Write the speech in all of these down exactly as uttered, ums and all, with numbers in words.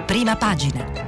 Prima pagina.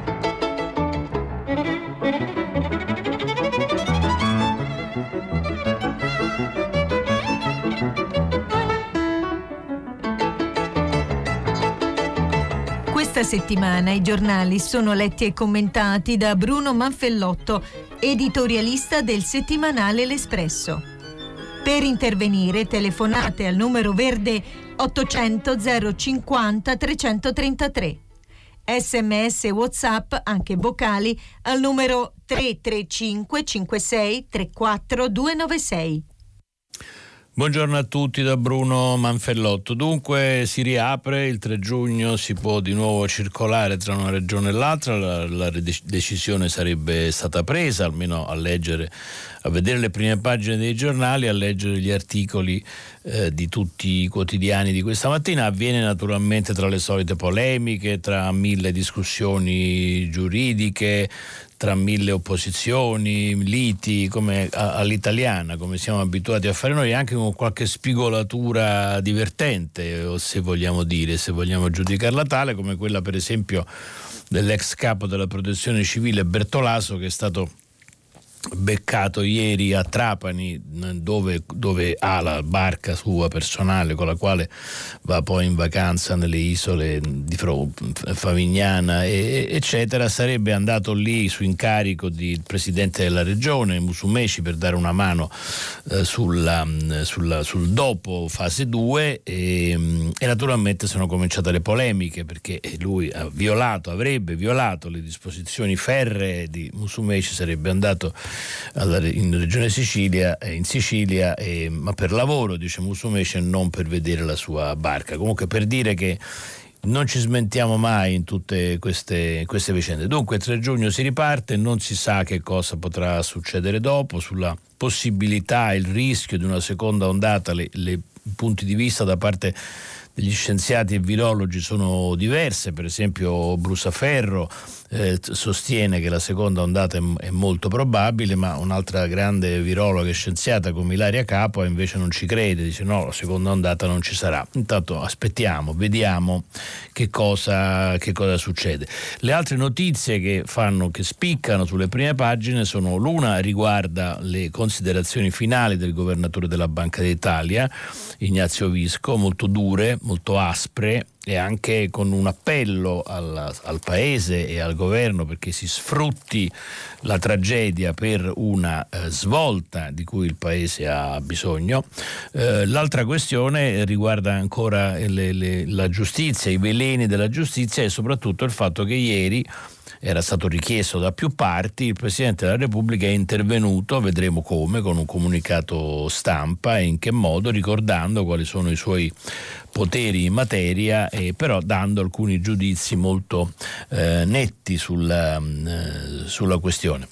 Questa settimana i giornali sono letti e commentati da Bruno Manfellotto, editorialista del settimanale L'Espresso. Per intervenire telefonate al numero verde ottocento zero cinquanta trecentotrentatré. Sms e WhatsApp, anche vocali, al numero tre tre cinque cinque sei tre quattro due nove sei. Buongiorno a tutti da Bruno Manfellotto. Dunque si riapre, il tre giugno si può di nuovo circolare tra una regione e l'altra, la, la decisione sarebbe stata presa, almeno a leggere, a vedere le prime pagine dei giornali, a leggere gli articoli eh, di tutti i quotidiani di questa mattina. Avviene naturalmente tra le solite polemiche, tra mille discussioni giuridiche, tra mille opposizioni, liti, come all'italiana, come siamo abituati a fare noi, anche con qualche spigolatura divertente, o se vogliamo dire, se vogliamo giudicarla tale, come quella per esempio dell'ex capo della protezione civile Bertolaso, che è stato beccato ieri a Trapani, dove, dove ha la barca sua personale con la quale va poi in vacanza nelle isole di Favignana e, eccetera. Sarebbe andato lì su incarico del presidente della regione Musumeci per dare una mano eh, sulla, sulla, sul dopo fase due e, e naturalmente sono cominciate le polemiche, perché lui ha violato, avrebbe violato le disposizioni ferree di Musumeci, sarebbe andato in regione Sicilia, in Sicilia eh, ma per lavoro, dice Musumeci, e non per vedere la sua barca. Comunque, per dire che non ci smentiamo mai in tutte queste, queste vicende. Dunque il tre giugno si riparte, non si sa che cosa potrà succedere dopo, sulla possibilità, il rischio di una seconda ondata, le, le punti di vista da parte degli scienziati e virologi sono diverse. Per esempio Brusaferro eh, sostiene che la seconda ondata è, è molto probabile, ma un'altra grande virologa e scienziata come Ilaria Capua invece non ci crede, dice no, la seconda ondata non ci sarà. Intanto aspettiamo, vediamo che cosa, che cosa succede. Le altre notizie che fanno, che spiccano sulle prime pagine sono: l'una riguarda le considerazioni finali del governatore della Banca d'Italia Ignazio Visco, molto dure, molto aspre, e anche con un appello al, al Paese e al governo perché si sfrutti la tragedia per una eh, svolta di cui il Paese ha bisogno. Eh, l'altra questione riguarda ancora le, le, la giustizia, i veleni della giustizia, e soprattutto il fatto che ieri era stato richiesto da più parti, il Presidente della Repubblica è intervenuto, vedremo come, con un comunicato stampa e in che modo, ricordando quali sono i suoi poteri in materia, e però dando alcuni giudizi molto eh, netti sulla, eh, sulla questione.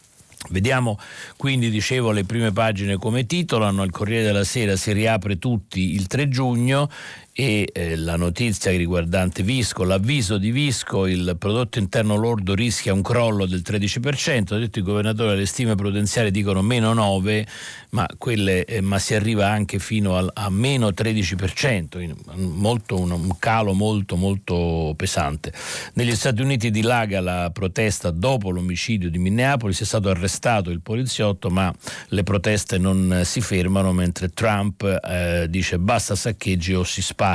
Vediamo quindi, dicevo, le prime pagine come titolano. Il Corriere della Sera: si riapre tutti il tre giugno, e eh, la notizia riguardante Visco, l'avviso di Visco: il prodotto interno lordo rischia un crollo del tredici per cento, ha detto il governatore. Le stime prudenziali dicono meno nove, ma, quelle, eh, ma si arriva anche fino al, a meno tredici per cento, molto, un, un calo molto molto pesante. Negli Stati Uniti dilaga la protesta dopo l'omicidio di Minneapolis, è stato arrestato il poliziotto, ma le proteste non si fermano, mentre Trump eh, dice basta saccheggi o si spara.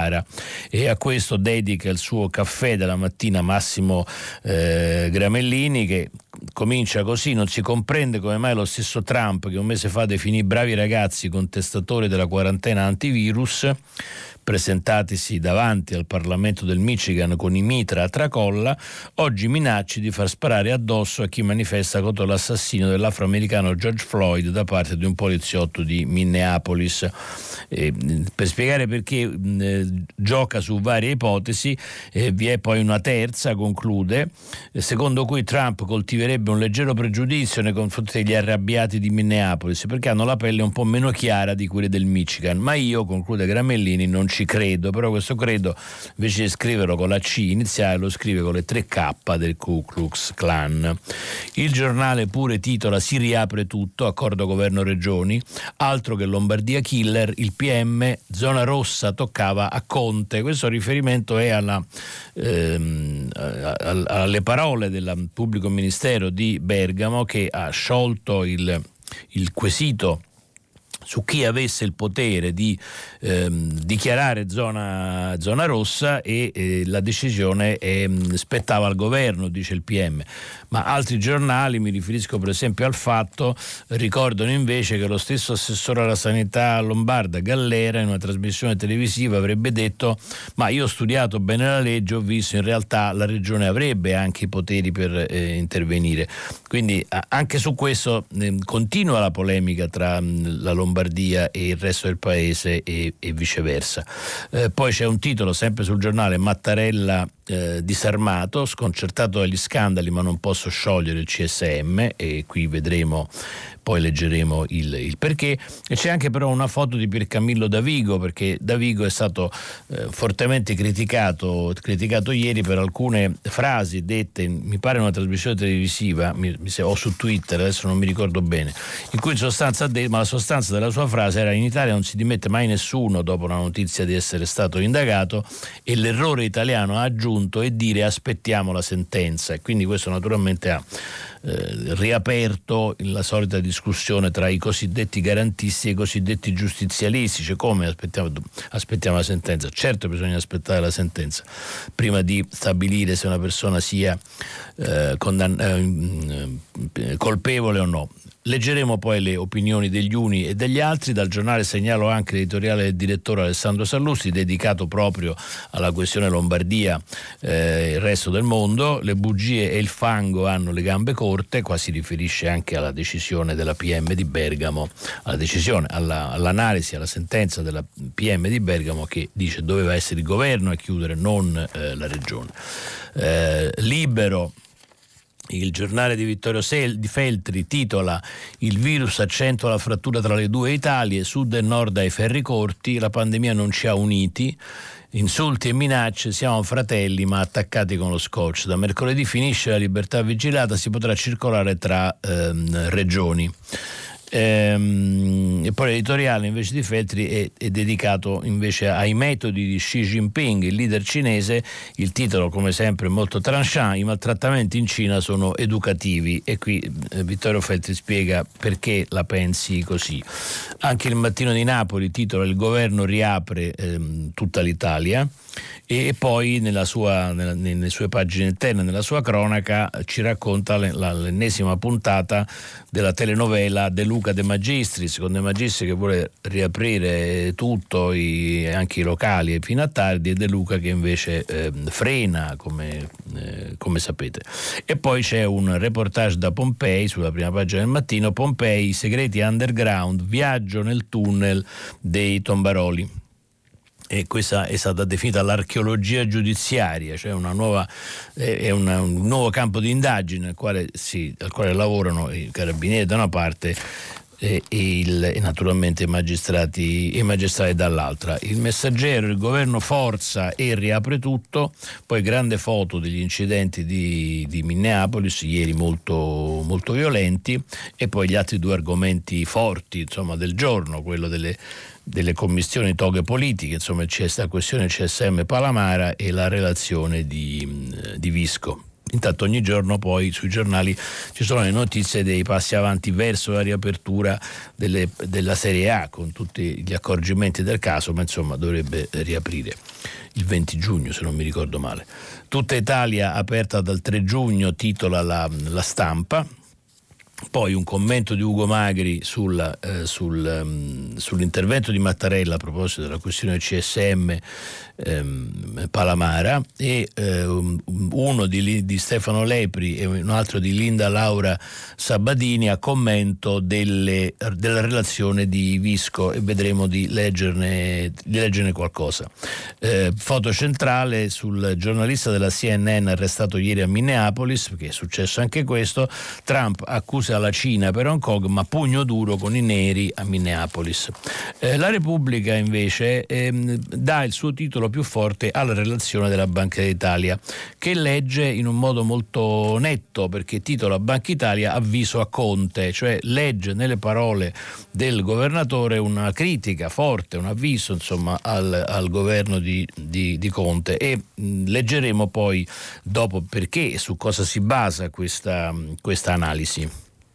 E a questo dedica il suo caffè della mattina Massimo eh, Gramellini, che comincia così: non si comprende come mai lo stesso Trump, che un mese fa definì bravi ragazzi contestatori della quarantena antivirus, presentatisi davanti al Parlamento del Michigan con i mitra a tracolla, oggi minacci di far sparare addosso a chi manifesta contro l'assassinio dell'afroamericano George Floyd da parte di un poliziotto di Minneapolis. Eh, per spiegare perché eh, gioca su varie ipotesi, eh, vi è poi una terza, conclude, eh, secondo cui Trump coltiverebbe un leggero pregiudizio nei confronti degli arrabbiati di Minneapolis perché hanno la pelle un po' meno chiara di quelle del Michigan, ma io, conclude Gramellini, non ci credo, però questo credo invece di scriverlo con la C iniziale lo scrive con le tre K del Ku Klux Klan. Il giornale pure titola "Si riapre tutto, accordo governo-regioni", altro che Lombardia killer, il P M, zona rossa toccava a Conte. Questo riferimento è alla, ehm, alle parole del pubblico ministero di Bergamo, che ha sciolto il, il quesito su chi avesse il potere di ehm, dichiarare zona, zona rossa e eh, la decisione è, spettava al governo, dice il P M. Ma altri giornali, mi riferisco per esempio al Fatto, ricordano invece che lo stesso assessore alla sanità lombarda Gallera in una trasmissione televisiva avrebbe detto: ma io ho studiato bene la legge, ho visto, in realtà la regione avrebbe anche i poteri per eh, intervenire. Quindi a, anche su questo eh, continua la polemica tra mh, la Lombardia e il resto del paese e, e viceversa. Eh, poi c'è un titolo sempre sul giornale: Mattarella eh, disarmato, sconcertato dagli scandali ma non posso sciogliere il C S M, e qui vedremo, poi leggeremo il, il perché. E c'è anche però una foto di Piercamillo Davigo, perché Davigo è stato eh, fortemente criticato criticato ieri per alcune frasi dette, mi pare in una trasmissione televisiva, mi, mi, o su Twitter, adesso non mi ricordo bene, in cui in sostanza, de, ma la sostanza della sua frase era: in Italia non si dimette mai nessuno dopo la notizia di essere stato indagato, e l'errore italiano, ha aggiunto, è dire aspettiamo la sentenza. E quindi questo naturalmente ha eh, riaperto la solita discussione tra i cosiddetti garantisti e i cosiddetti giustizialisti, cioè come aspettiamo, aspettiamo la sentenza. Certo, bisogna aspettare la sentenza prima di stabilire se una persona sia eh, condann- eh, colpevole o no. Leggeremo poi le opinioni degli uni e degli altri. Dal giornale segnalo anche l'editoriale del direttore Alessandro Sallusti, dedicato proprio alla questione Lombardia e eh, il resto del mondo. Le bugie e il fango hanno le gambe corte. Qua si riferisce anche alla decisione della P M di Bergamo, alla decisione, alla, all'analisi, alla sentenza della P M di Bergamo, che dice doveva essere il governo a chiudere, non eh, la regione. Eh, libero. Il giornale di Vittorio di Feltri titola: il virus accentua la frattura tra le due Italie, sud e nord ai ferri corti, la pandemia non ci ha uniti, insulti e minacce, siamo fratelli ma attaccati con lo scotch. Da mercoledì finisce la libertà vigilata, si potrà circolare tra ehm, regioni. Ehm, e poi l'editoriale invece di Feltri è, è dedicato invece ai metodi di Xi Jinping, il leader cinese. Il titolo, come sempre, è molto tranchant: i maltrattamenti in Cina sono educativi. E qui eh, Vittorio Feltri spiega perché la pensi così. Anche il Mattino di Napoli titola: il governo riapre ehm, tutta l'Italia. E poi nella sua, nella, nelle sue pagine interne, nella sua cronaca, ci racconta la, l'ennesima puntata della telenovela De Luca De Magistris, con De Magistris che vuole riaprire tutto, i, anche i locali fino a tardi, e De Luca che invece eh, frena, come, eh, come sapete. E poi c'è un reportage da Pompei sulla prima pagina del Mattino: Pompei, i segreti underground, viaggio nel tunnel dei Tombaroli. E questa è stata definita l'archeologia giudiziaria, cioè una nuova, è una, un nuovo campo di indagine al quale, si, al quale lavorano i carabinieri da una parte e, e, il, e naturalmente i magistrati, i magistrati dall'altra. Il Messaggero: il governo forza e riapre tutto. Poi grande foto degli incidenti di, di Minneapolis, ieri molto, molto violenti, e poi gli altri due argomenti forti, insomma, del giorno, quello delle delle commissioni toghe politiche, insomma c'è sta questione C S M Palamara e la relazione di, di Visco. Intanto ogni giorno poi sui giornali ci sono le notizie dei passi avanti verso la riapertura delle, della Serie A, con tutti gli accorgimenti del caso, ma insomma dovrebbe riaprire il venti giugno, se non mi ricordo male. Tutta Italia aperta dal tre giugno, titola la, la Stampa. Poi un commento di Ugo Magri sul, eh, sul, um, sull'intervento di Mattarella a proposito della questione C S M ehm, Palamara, e eh, uno di, di Stefano Lepri e un altro di Linda Laura Sabadini a commento delle, della relazione di Visco, e vedremo di leggerne, di leggerne qualcosa. Eh, foto centrale sul giornalista della C N N arrestato ieri a Minneapolis, perché è successo anche questo. Trump accusa forse alla Cina per Hong Kong, ma pugno duro con i neri a Minneapolis. Eh, la Repubblica invece ehm, dà il suo titolo più forte alla relazione della Banca d'Italia, che legge in un modo molto netto, perché titola Banca Italia avviso a Conte, cioè legge nelle parole del governatore una critica forte, un avviso insomma al, al governo di, di, di Conte, e mh, leggeremo poi dopo perché e su cosa si basa questa, questa analisi.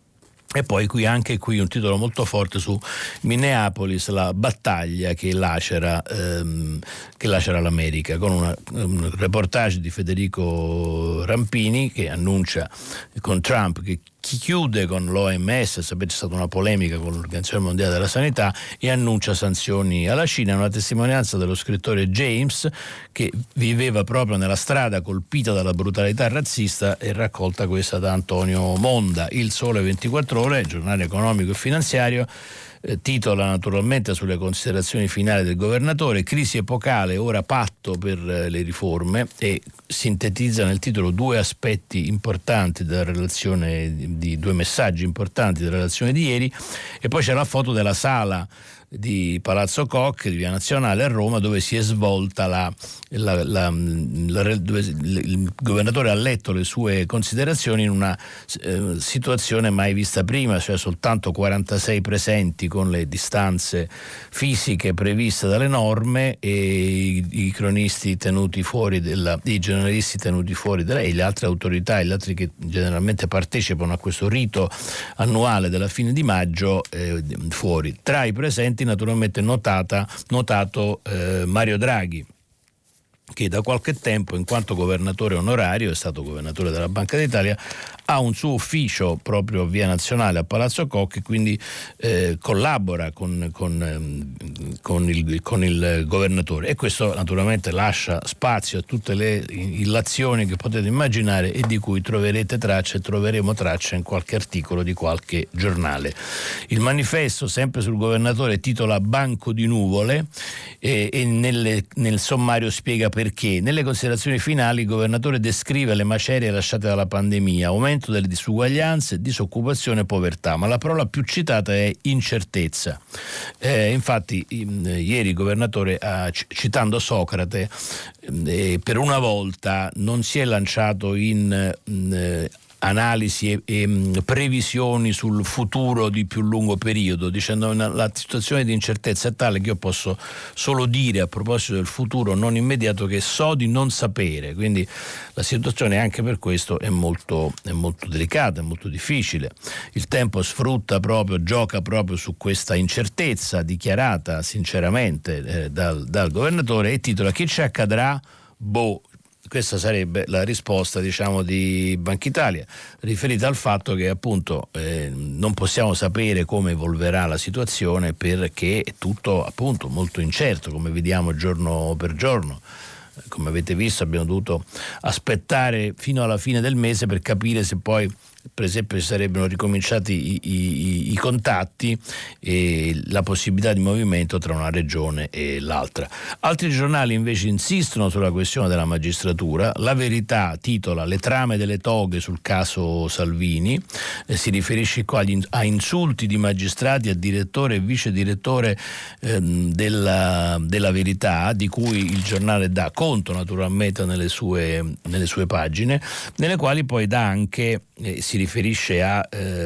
E poi qui anche qui un titolo molto forte su Minneapolis, la battaglia che lacera, ehm, che lacera l'America, con una, un reportage di Federico Rampini che annuncia con Trump che chi chiude con l'O M S, sapete c'è stata una polemica con l'Organizzazione Mondiale della Sanità, e annuncia sanzioni alla Cina. Una testimonianza dello scrittore James, che viveva proprio nella strada colpita dalla brutalità razzista, e raccolta questa da Antonio Monda. Il Sole ventiquattro Ore, giornale economico e finanziario, Eh, titola naturalmente sulle considerazioni finali del governatore: crisi epocale, ora patto per eh, le riforme, e sintetizza nel titolo due aspetti importanti della relazione, di, di due messaggi importanti della relazione di ieri. E poi c'è la foto della sala di Palazzo Koch di Via Nazionale a Roma, dove si è svolta la, la, la, la dove il governatore ha letto le sue considerazioni in una eh, situazione mai vista prima, cioè soltanto quarantasei presenti con le distanze fisiche previste dalle norme, e i, i cronisti tenuti fuori della, i giornalisti tenuti fuori della, e le altre autorità e gli altri che generalmente partecipano a questo rito annuale della fine di maggio eh, fuori. Tra i presenti naturalmente notata, notato eh, Mario Draghi, che da qualche tempo, in quanto governatore onorario, è stato governatore della Banca d'Italia, ha un suo ufficio proprio a Via Nazionale a Palazzo Koch, e quindi eh, collabora con, con, eh, con, il, con il governatore, e questo naturalmente lascia spazio a tutte le illazioni che potete immaginare e di cui troverete tracce, troveremo tracce in qualche articolo di qualche giornale. Il Manifesto, sempre sul governatore, titola Banco di nuvole, e, e nelle, nel sommario spiega perché. Nelle considerazioni finali il governatore descrive le macerie lasciate dalla pandemia, aumento delle disuguaglianze, disoccupazione e povertà, ma la parola più citata è incertezza. Eh, infatti in, ieri il governatore, ha, citando Socrate, eh, per una volta non si è lanciato in eh, analisi e, e previsioni sul futuro di più lungo periodo, dicendo che la situazione di incertezza è tale che io posso solo dire a proposito del futuro non immediato che so di non sapere, quindi la situazione anche per questo è molto, è molto delicata, è molto difficile. Il Tempo sfrutta proprio, gioca proprio su questa incertezza dichiarata sinceramente eh, dal, dal governatore, e titola Che ci accadrà? Boh. Questa sarebbe la risposta, diciamo, di Banca Italia, riferita al fatto che appunto eh, non possiamo sapere come evolverà la situazione, perché è tutto appunto molto incerto, come vediamo giorno per giorno. Come avete visto abbiamo dovuto aspettare fino alla fine del mese per capire se poi per esempio ci sarebbero ricominciati i, i, i contatti e la possibilità di movimento tra una regione e l'altra. Altri giornali invece insistono sulla questione della magistratura. La Verità titola Le trame delle toghe sul caso Salvini, eh, si riferisce qua agli, a insulti di magistrati a direttore e vice direttore ehm, della, della Verità, di cui il giornale dà conto naturalmente nelle sue, nelle sue pagine, nelle quali poi dà anche eh, si riferisce a,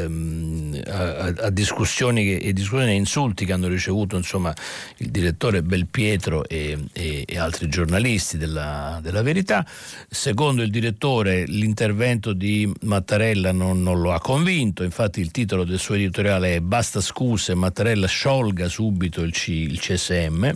ehm, a, a discussioni che, e discussioni e insulti che hanno ricevuto insomma il direttore Belpietro e, e, e altri giornalisti della, della Verità. Secondo il direttore l'intervento di Mattarella non, non lo ha convinto, infatti il titolo del suo editoriale è Basta scuse, Mattarella sciolga subito il, C, il C S M.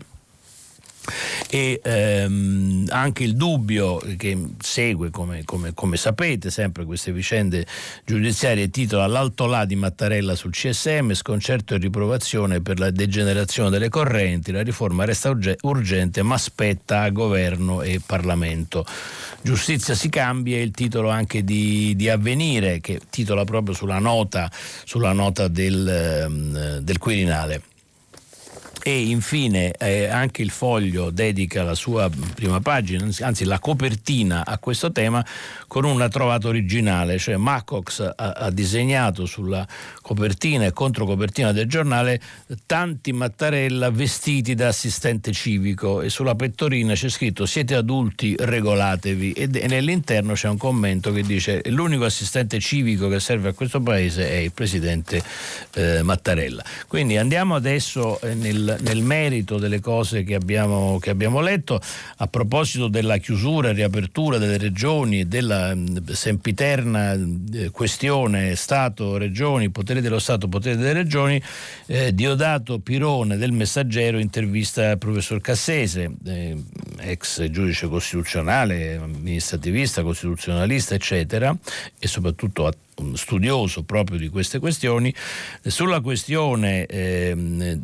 E ehm, anche il dubbio che segue, come, come, come sapete, sempre queste vicende giudiziarie, titola L'altolà di Mattarella sul C S M, sconcerto e riprovazione per la degenerazione delle correnti, la riforma resta urge- urgente ma spetta a governo e Parlamento. Giustizia si cambia, il titolo anche di, di Avvenire, che titola proprio sulla nota, sulla nota del, um, del Quirinale. E infine eh, anche il Foglio dedica la sua prima pagina, anzi la copertina a questo tema, con una trovata originale, cioè Macox ha, ha disegnato sulla copertina e controcopertina del giornale tanti Mattarella vestiti da assistente civico, e sulla pettorina c'è scritto "siete adulti, regolatevi", e, e nell'interno c'è un commento che dice "l'unico assistente civico che serve a questo paese è il presidente eh, Mattarella". Quindi andiamo adesso eh, nel nel merito delle cose che abbiamo, che abbiamo letto. A proposito della chiusura e riapertura delle regioni e della sempiterna questione Stato-Regioni, potere dello Stato, potere delle regioni, eh, Diodato Pirone del Messaggero intervista il professor Cassese, eh, ex giudice costituzionale, amministrativista, costituzionalista, eccetera, e soprattutto studioso proprio di queste questioni. Sulla questione eh,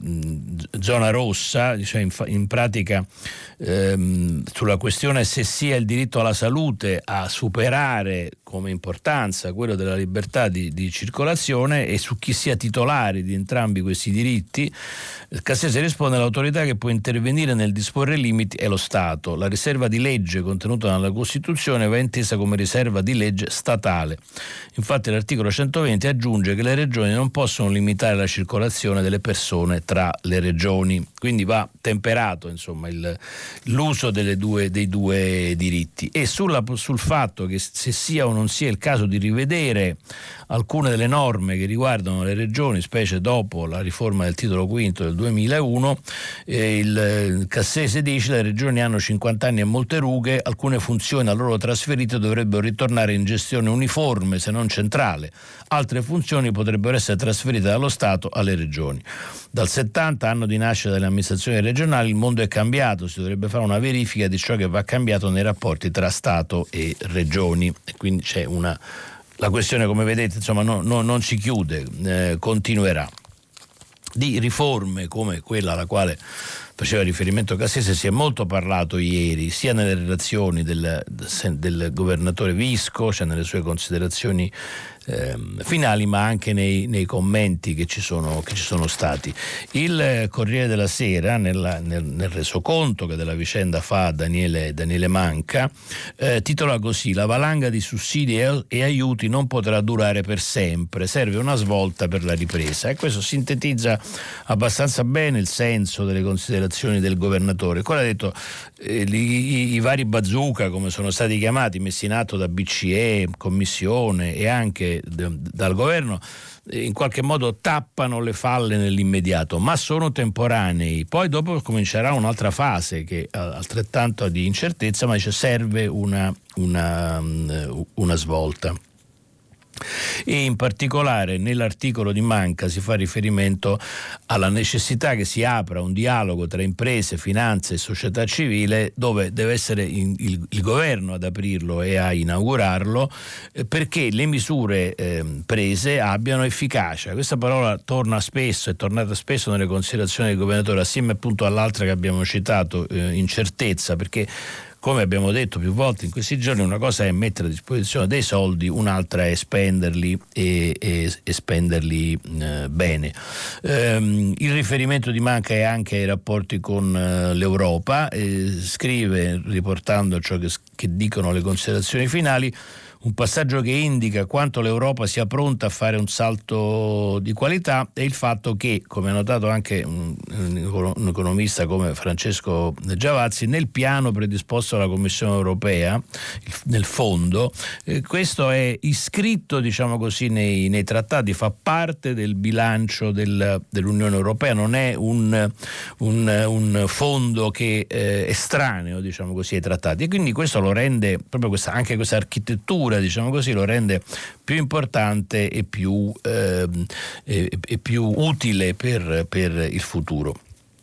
zona rossa, cioè in, in pratica ehm, sulla questione se sia il diritto alla salute a superare come importanza quello della libertà di, di circolazione, e su chi sia titolare di entrambi questi diritti, Cassese risponde: l'autorità che può intervenire nel disporre limiti è lo Stato. La riserva di legge contenuta nella Costituzione va intesa come riserva di legge statale. Infatti l'articolo centoventi aggiunge che le regioni non possono limitare la circolazione delle persone tra le regioni, quindi va temperato insomma il, l'uso delle due, dei due diritti. E sulla, sul fatto che se sia o non sia il caso di rivedere alcune delle norme che riguardano le regioni, specie dopo la riforma del titolo quinto del duemilauno, eh, il, il Cassese dice: le regioni hanno cinquanta anni e molte rughe, alcune funzioni a loro trasferite dovrebbero ritornare in gestione uniforme se non centrale, altre funzioni potrebbero essere trasferite dallo Stato alle regioni. Dal settanta, anno di nascita delle amministrazioni regionali, il mondo è cambiato, si dovrebbe fare una verifica di ciò che va cambiato nei rapporti tra Stato e regioni, e quindi c'è una la questione, come vedete, insomma, no, no, non si chiude, eh, continuerà. Di riforme come quella alla quale faceva riferimento Cassese si è molto parlato ieri, sia nelle relazioni del, del governatore Visco, cioè nelle sue considerazioni eh, finali, ma anche nei, nei commenti che ci sono, che ci sono stati. Il Corriere della Sera, nella, nel, nel resoconto che della vicenda fa Daniele, Daniele Manca, eh, titola così: la valanga di sussidi e, e aiuti non potrà durare per sempre, serve una svolta per la ripresa. E questo sintetizza abbastanza bene il senso delle considerazioni del governatore. Quello ha detto eh, i, i vari bazooka, come sono stati chiamati, messi in atto da B C E, Commissione e anche de, dal governo, in qualche modo tappano le falle nell'immediato, ma sono temporanei. Poi dopo comincerà un'altra fase che è altrettanto di incertezza, ma dice serve una, una, una svolta. E in particolare nell'articolo di Manca si fa riferimento alla necessità che si apra un dialogo tra imprese, finanze e società civile, dove deve essere il, il, il governo ad aprirlo e a inaugurarlo, eh, perché le misure eh, prese abbiano efficacia. Questa parola torna spesso, è tornata spesso nelle considerazioni del governatore, assieme appunto all'altra che abbiamo citato, eh, incertezza, perché come abbiamo detto più volte in questi giorni, una cosa è mettere a disposizione dei soldi, un'altra è spenderli e, e, e spenderli eh, bene. Ehm, il riferimento di Manca è anche ai rapporti con eh, l'Europa. Eh, scrive, riportando ciò che, che dicono le considerazioni finali, un passaggio che indica quanto l'Europa sia pronta a fare un salto di qualità è il fatto che, come ha notato anche un, un economista come Francesco Giavazzi, nel piano predisposto dalla Commissione europea, nel fondo, eh, questo è iscritto, diciamo così, nei, nei trattati, fa parte del bilancio del, dell'Unione Europea, non è un, un, un fondo che è estraneo, diciamo così, ai trattati, e quindi questo lo rende, proprio questa, anche questa architettura, diciamo così, lo rende più importante e più, eh, e, e più utile per, per il futuro.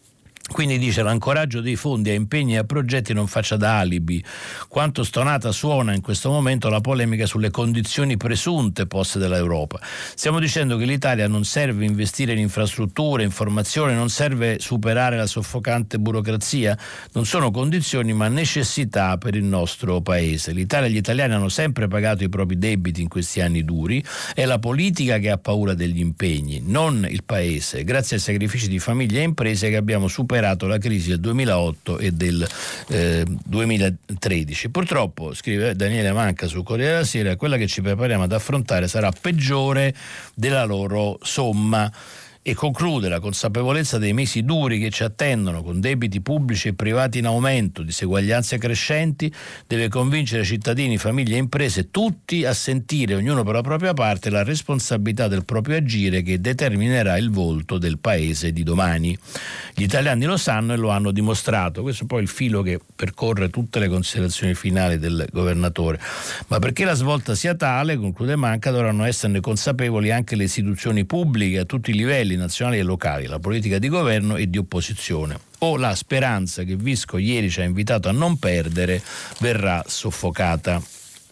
Quindi dice: l'ancoraggio dei fondi a impegni e a progetti non faccia da alibi. Quanto stonata suona in questo momento la polemica sulle condizioni presunte poste dall'Europa. Stiamo dicendo che l'Italia non serve investire in infrastrutture, informazione, non serve superare la soffocante burocrazia. Non sono condizioni ma necessità per il nostro paese. L'Italia e gli italiani hanno sempre pagato i propri debiti in questi anni duri. È la politica che ha paura degli impegni, non il paese. Grazie ai sacrifici di famiglie e imprese che abbiamo superato la crisi del duemilaotto e del eh, duemilatredici. Purtroppo, scrive Daniele Manca sul Corriere della Sera, quella che ci prepariamo ad affrontare sarà peggiore della loro somma. E conclude: la consapevolezza dei mesi duri che ci attendono, con debiti pubblici e privati in aumento, diseguaglianze crescenti, deve convincere cittadini, famiglie e imprese tutti a sentire, ognuno per la propria parte, la responsabilità del proprio agire che determinerà il volto del paese di domani. Gli italiani lo sanno e lo hanno dimostrato. Questo è poi il filo che percorre tutte le considerazioni finali del governatore. Ma perché la svolta sia tale, conclude Manca, dovranno esserne consapevoli anche le istituzioni pubbliche a tutti i livelli, nazionali e locali, la politica di governo e di opposizione. O la speranza che Visco ieri ci ha invitato a non perdere verrà soffocata.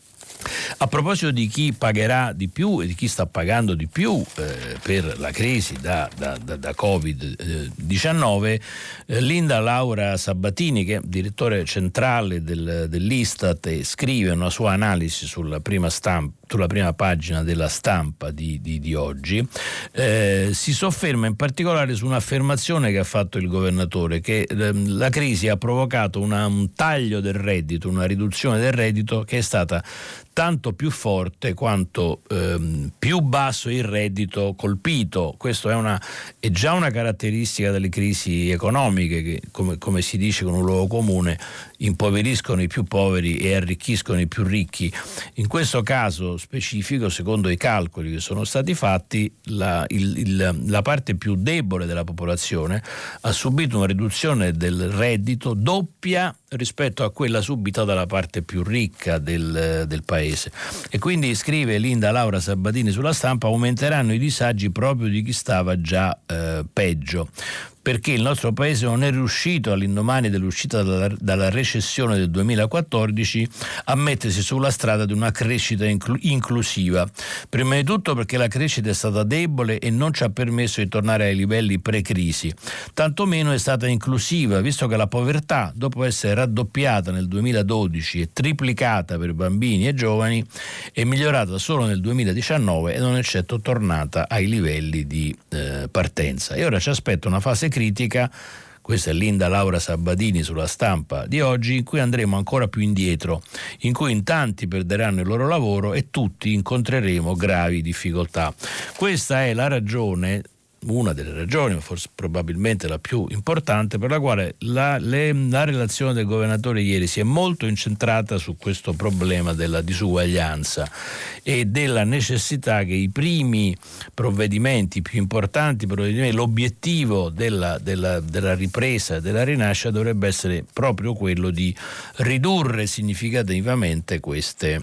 A proposito di chi pagherà di più e di chi sta pagando di più eh, per la crisi da, da, da, da covid diciannove, eh, Linda Laura Sabatini, che è direttore centrale del, dell'Istat, e scrive una sua analisi sulla prima stampa, sulla prima pagina della Stampa di, di, di oggi, eh, si sofferma in particolare su un'affermazione che ha fatto il governatore, che eh, la crisi ha provocato una, un taglio del reddito, una riduzione del reddito che è stata tanto più forte quanto ehm, più basso il reddito colpito. Questo è, una, è già una caratteristica delle crisi economiche che, come, come si dice con un luogo comune, impoveriscono i più poveri e arricchiscono i più ricchi. In questo caso specifico, secondo i calcoli che sono stati fatti, la, il, il, la parte più debole della popolazione ha subito una riduzione del reddito doppia rispetto a quella subita dalla parte più ricca del, del paese. E quindi, scrive Linda Laura Sabatini sulla Stampa, aumenteranno i disagi proprio di chi stava già eh, peggio, perché il nostro paese non è riuscito, all'indomani dell'uscita dalla, dalla recessione del duemilaquattordici, a mettersi sulla strada di una crescita inclu- inclusiva. Prima di tutto perché la crescita è stata debole e non ci ha permesso di tornare ai livelli pre-crisi. Tanto meno è stata inclusiva, visto che la povertà, dopo essere raddoppiata nel duemiladodici e triplicata per bambini e giovani, è migliorata solo nel duemiladiciannove e non è certo tornata ai livelli di eh, partenza. E ora ci aspetta una fase critica, questa è Linda Laura Sabatini sulla Stampa di oggi, in cui andremo ancora più indietro, in cui in tanti perderanno il loro lavoro e tutti incontreremo gravi difficoltà. Questa è la ragione, una delle ragioni, forse probabilmente la più importante, per la quale la, le, la relazione del governatore ieri si è molto incentrata su questo problema della disuguaglianza e della necessità che i primi provvedimenti più importanti, provvedimenti, l'obiettivo della, della, della ripresa e della rinascita dovrebbe essere proprio quello di ridurre significativamente queste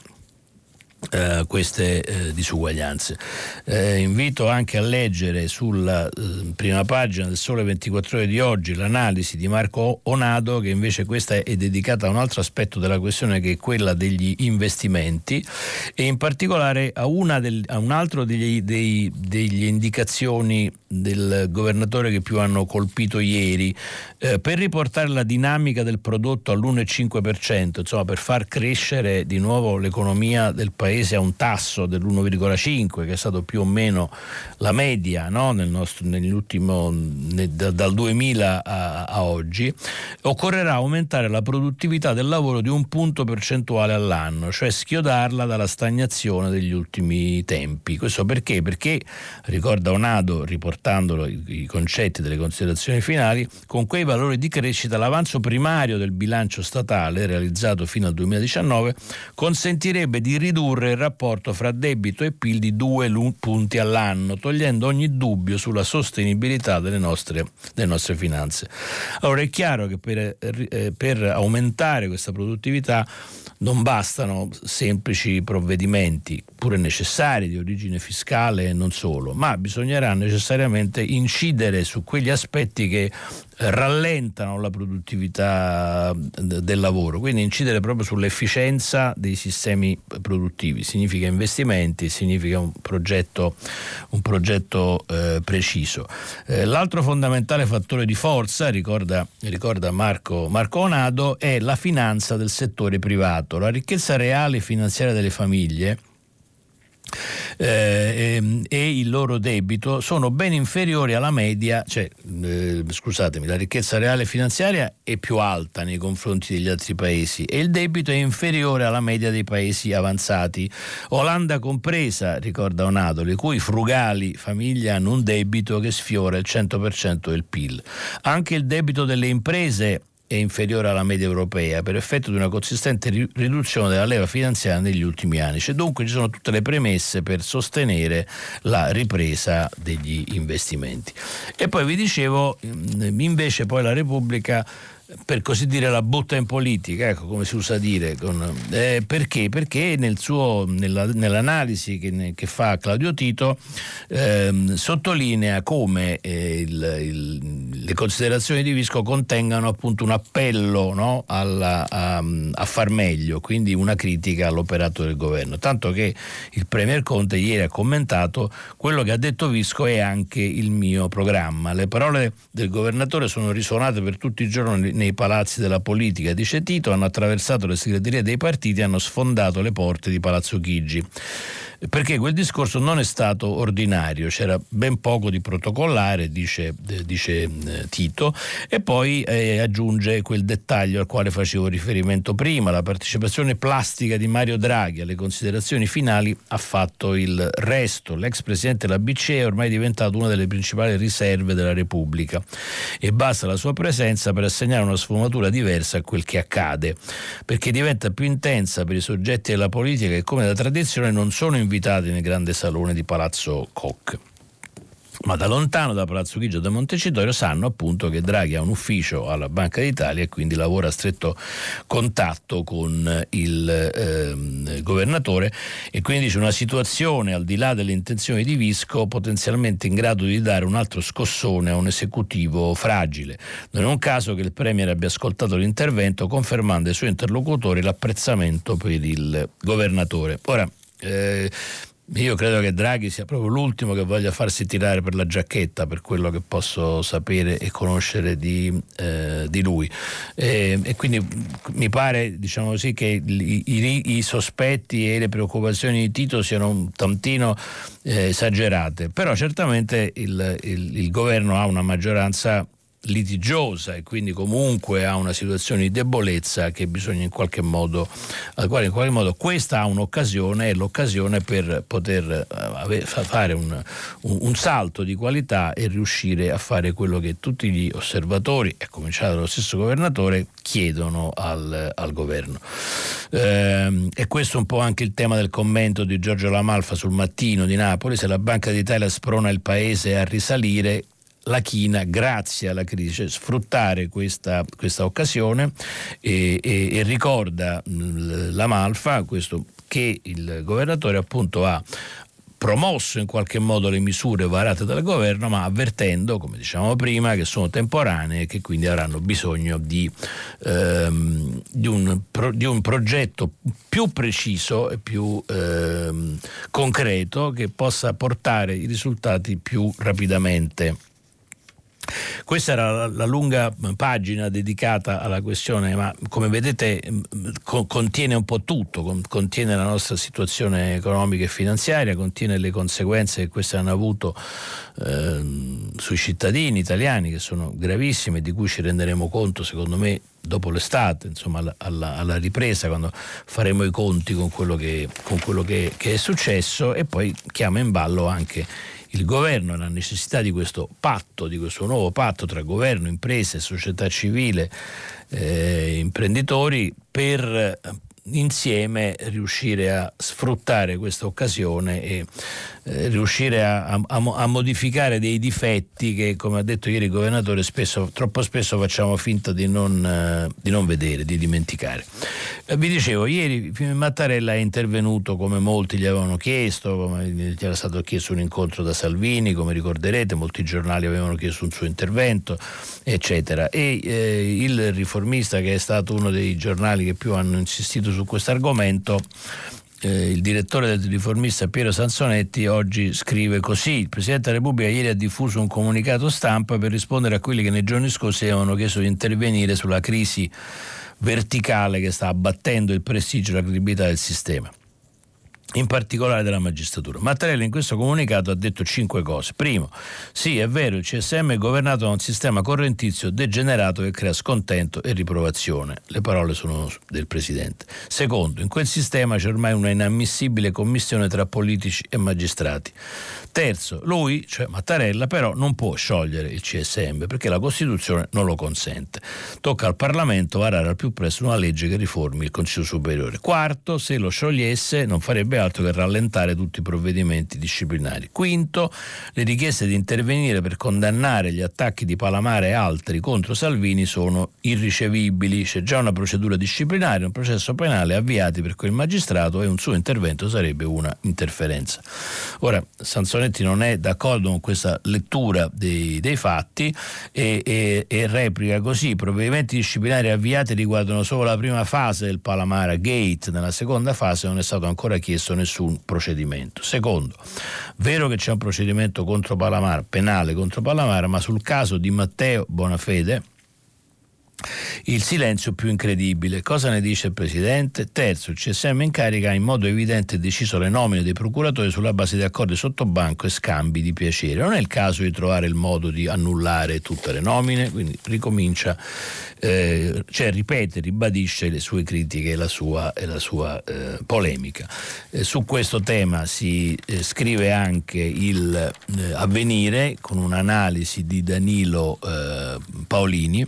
Uh, queste uh, disuguaglianze. Uh, invito anche a leggere sulla uh, prima pagina del Sole ventiquattro Ore di oggi l'analisi di Marco Onado, che invece questa è dedicata a un altro aspetto della questione, che è quella degli investimenti, e in particolare a, una del, a un altro degli, dei, degli indicazioni del governatore che più hanno colpito ieri, eh, per riportare la dinamica del prodotto all'uno virgola cinque per cento, insomma per far crescere di nuovo l'economia del paese a un tasso dell'uno virgola cinque, che è stato più o meno la media, no? Nel nostro, nell'ultimo, ne, da, dal duemila a, a oggi, occorrerà aumentare la produttività del lavoro di un punto percentuale all'anno, cioè schiodarla dalla stagnazione degli ultimi tempi. Questo perché? Perché, ricorda Onado, riportandolo i, i concetti delle considerazioni finali, con quei valori di crescita l'avanzo primario del bilancio statale realizzato fino al duemiladiciannove consentirebbe di ridurre il rapporto fra debito e P I L di due punti all'anno, togliendo ogni dubbio sulla sostenibilità delle nostre, delle nostre finanze. Allora è chiaro che per, eh, per aumentare questa produttività non bastano semplici provvedimenti, pure necessari, di origine fiscale e non solo, ma bisognerà necessariamente incidere su quegli aspetti che rallentano la produttività del lavoro, quindi incidere proprio sull'efficienza dei sistemi produttivi significa investimenti, significa un progetto, un progetto eh, preciso. Eh, l'altro fondamentale fattore di forza, ricorda, ricorda Marco, Marco Onado, è la finanza del settore privato. La ricchezza reale finanziaria delle famiglie Eh, e, e il loro debito sono ben inferiori alla media, cioè eh, scusatemi, la ricchezza reale finanziaria è più alta nei confronti degli altri paesi e il debito è inferiore alla media dei paesi avanzati, Olanda compresa, ricorda Onado, le cui frugali famiglie hanno un debito che sfiora il cento per cento del P I L. Anche il debito delle imprese è inferiore alla media europea per effetto di una consistente ri- riduzione della leva finanziaria negli ultimi anni. Cioè, dunque ci sono tutte le premesse per sostenere la ripresa degli investimenti. E poi vi dicevo, invece poi la Repubblica, per così dire, la butta in politica, ecco, come si usa dire, con, eh, perché? Perché nel suo, nella, nell'analisi che, che fa Claudio Tito ehm, sottolinea come eh, il, il, le considerazioni di Visco contengano appunto un appello, no, alla, a, a far meglio, quindi una critica all'operato del governo, tanto che il Premier Conte ieri ha commentato: quello che ha detto Visco è anche il mio programma. Le parole del governatore sono risuonate per tutti i giorni nei palazzi della politica, dice Tito, hanno attraversato le segreterie dei partiti e hanno sfondato le porte di Palazzo Chigi. Perché quel discorso non è stato ordinario, c'era ben poco di protocollare, dice, eh, dice eh, Tito, e poi eh, aggiunge quel dettaglio al quale facevo riferimento prima: la partecipazione plastica di Mario Draghi alle considerazioni finali ha fatto il resto. L'ex presidente della B C E è ormai diventato una delle principali riserve della Repubblica e basta la sua presenza per assegnare una sfumatura diversa a quel che accade, perché diventa più intensa per i soggetti della politica che, come da tradizione, non sono invitati nel grande salone di Palazzo Koch, ma da lontano, da Palazzo Chigi o da Montecitorio, sanno appunto che Draghi ha un ufficio alla Banca d'Italia e quindi lavora a stretto contatto con il eh, governatore, e quindi c'è una situazione, al di là delle intenzioni di Visco, potenzialmente in grado di dare un altro scossone a un esecutivo fragile. Non è un caso che il Premier abbia ascoltato l'intervento confermando ai suoi interlocutori l'apprezzamento per il governatore. Ora, Eh, io credo che Draghi sia proprio l'ultimo che voglia farsi tirare per la giacchetta, per quello che posso sapere e conoscere di, eh, di lui, e, e quindi mi pare, diciamo così, che i, i, i sospetti e le preoccupazioni di Tito siano un tantino eh, esagerate, però certamente il, il, il governo ha una maggioranza litigiosa e quindi comunque ha una situazione di debolezza che bisogna in qualche modo, al quale in qualche modo questa ha un'occasione, è l'occasione per poter ave, fare un, un, un salto di qualità e riuscire a fare quello che tutti gli osservatori, a cominciare dallo stesso governatore, chiedono al, al governo. Eh, e questo è un po' anche il tema del commento di Giorgio La Malfa sul Mattino di Napoli: se la Banca d'Italia sprona il paese a risalire, la china grazie alla crisi, cioè sfruttare questa, questa occasione, e, e, e ricorda mh, La Malfa questo, che il governatore appunto ha promosso in qualche modo le misure varate dal governo, ma avvertendo, come dicevamo prima, che sono temporanee e che quindi avranno bisogno di, ehm, di, un, pro, di un progetto più preciso e più ehm, concreto, che possa portare i risultati più rapidamente. Questa era la, la lunga pagina dedicata alla questione, ma come vedete co- contiene un po' tutto, con- contiene la nostra situazione economica e finanziaria, contiene le conseguenze che queste hanno avuto eh, sui cittadini italiani, che sono gravissime, di cui ci renderemo conto secondo me dopo l'estate, insomma alla, alla, alla ripresa, quando faremo i conti con quello che, con quello che, che è successo, e poi chiama in ballo anche il governo, la necessità di questo patto, di questo nuovo patto tra governo, imprese, società civile, eh, imprenditori, per insieme riuscire a sfruttare questa occasione e eh, riuscire a, a, a modificare dei difetti che, come ha detto ieri il governatore, spesso, troppo spesso facciamo finta di non, eh, di non vedere, di dimenticare. Eh, vi dicevo, ieri Mattarella è intervenuto come molti gli avevano chiesto, come gli era stato chiesto un incontro da Salvini, come ricorderete, molti giornali avevano chiesto un suo intervento, eccetera, e eh, il Riformista, che è stato uno dei giornali che più hanno insistito su questo argomento, eh, il direttore del Riformista Piero Sansonetti oggi scrive così: il Presidente della Repubblica ieri ha diffuso un comunicato stampa per rispondere a quelli che nei giorni scorsi avevano chiesto di intervenire sulla crisi verticale che sta abbattendo il prestigio e la credibilità del sistema, in particolare della magistratura. Mattarella in questo comunicato ha detto cinque cose. Primo, sì, è vero, il C S M è governato da un sistema correntizio degenerato che crea scontento e riprovazione. Le parole sono del Presidente. Secondo, in quel sistema c'è ormai una inammissibile commistione tra politici e magistrati. Terzo, lui, cioè Mattarella, però non può sciogliere il C S M perché la Costituzione non lo consente. Tocca al Parlamento varare al più presto una legge che riformi il Consiglio Superiore. Quarto, se lo sciogliesse non farebbe altro che rallentare tutti i provvedimenti disciplinari. Quinto, le richieste di intervenire per condannare gli attacchi di Palamara e altri contro Salvini sono irricevibili. C'è già una procedura disciplinare, un processo penale avviati per quel magistrato e un suo intervento sarebbe una interferenza. Ora, Sansonetti non è d'accordo con questa lettura dei, dei fatti e, e, e replica così: i provvedimenti disciplinari avviati riguardano solo la prima fase del Palamara Gate, nella seconda fase non è stato ancora chiesto nessun procedimento. Secondo, vero che c'è un procedimento contro Palamara, penale contro Palamara, ma sul caso di Matteo Bonafede il silenzio più incredibile. Cosa ne dice il Presidente? Terzo, il C S M in carica ha in modo evidente deciso le nomine dei procuratori sulla base di accordi sottobanco e scambi di piacere. Non è il caso di trovare il modo di annullare tutte le nomine? Quindi ricomincia, eh, cioè ripete, ribadisce le sue critiche e la sua, e la sua eh, polemica. Eh, su questo tema si eh, scrive anche il eh, Avvenire con un'analisi di Danilo eh, Paolini,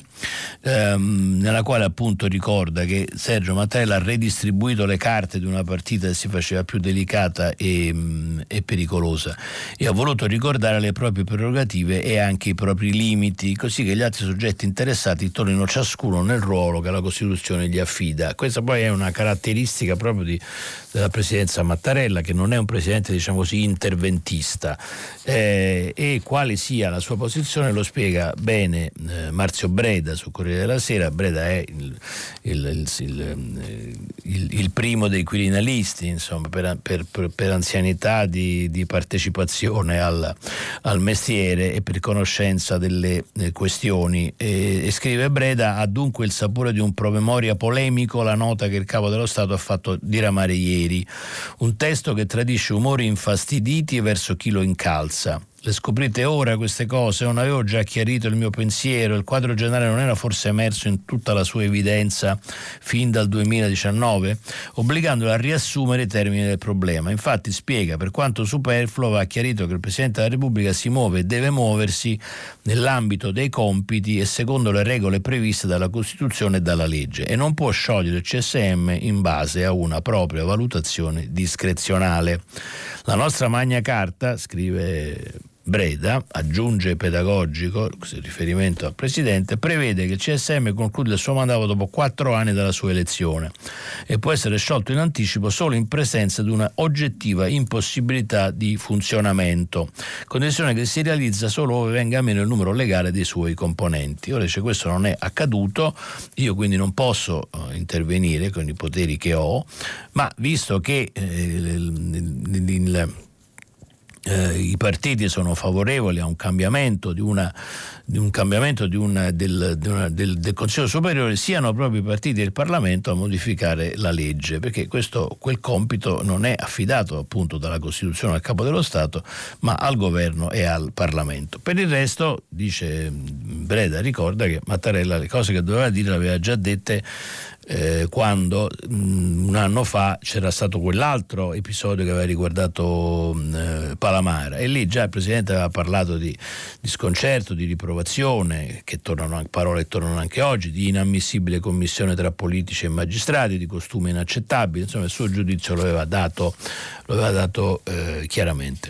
ehm, nella quale appunto ricorda che Sergio Mattarella ha redistribuito le carte di una partita che si faceva più delicata e, mh, e pericolosa e ha voluto ricordare le proprie prerogative e anche i propri limiti, così che gli altri soggetti interessati tornino ciascuno nel ruolo che la Costituzione gli affida. Questa poi è una caratteristica proprio di, della presidenza Mattarella, che non è un presidente, diciamo così, interventista, eh, e quale sia la sua posizione lo spiega bene eh, Marzio Breda su Corriere della Sera. Breda è il, il, il, il, il primo dei quirinalisti, insomma, per, per, per anzianità di, di partecipazione al, al mestiere e per conoscenza delle questioni, e, e scrive Breda: ha dunque il sapore di un promemoria polemico la nota che il Capo dello Stato ha fatto diramare ieri, un testo che tradisce umori infastiditi verso chi lo incalza. Le scoprite ora queste cose? Non avevo già chiarito il mio pensiero? Il quadro generale non era forse emerso in tutta la sua evidenza fin dal duemiladiciannove, obbligandolo a riassumere i termini del problema? Infatti spiega: per quanto superfluo va chiarito che il Presidente della Repubblica si muove e deve muoversi nell'ambito dei compiti e secondo le regole previste dalla Costituzione e dalla legge, e non può sciogliere il C S M in base a una propria valutazione discrezionale. La nostra Magna Carta, scrive Breda, aggiunge pedagogico, in riferimento al Presidente, prevede che il C S M conclude il suo mandato dopo quattro anni dalla sua elezione e può essere sciolto in anticipo solo in presenza di una oggettiva impossibilità di funzionamento, condizione che si realizza solo ove venga meno il numero legale dei suoi componenti. Ora dice: questo non è accaduto, io quindi non posso uh, intervenire con i poteri che ho, ma visto che eh, il, il, il Eh, i partiti sono favorevoli a un cambiamento di una di un cambiamento di una, del, di una, del, del Consiglio Superiore, siano proprio i partiti del Parlamento a modificare la legge, perché questo quel compito non è affidato appunto dalla Costituzione al Capo dello Stato, ma al Governo e al Parlamento. Per il resto, dice Breda, ricorda che Mattarella le cose che doveva dire le aveva già dette eh, quando mh, un anno fa c'era stato quell'altro episodio che aveva riguardato mh, Palamara, e lì già il Presidente aveva parlato di, di sconcerto, di riprovazione, che tornano, parole che tornano anche oggi, di inammissibile commissione tra politici e magistrati, di costume inaccettabili. Insomma, il suo giudizio lo aveva dato, lo aveva dato eh, chiaramente.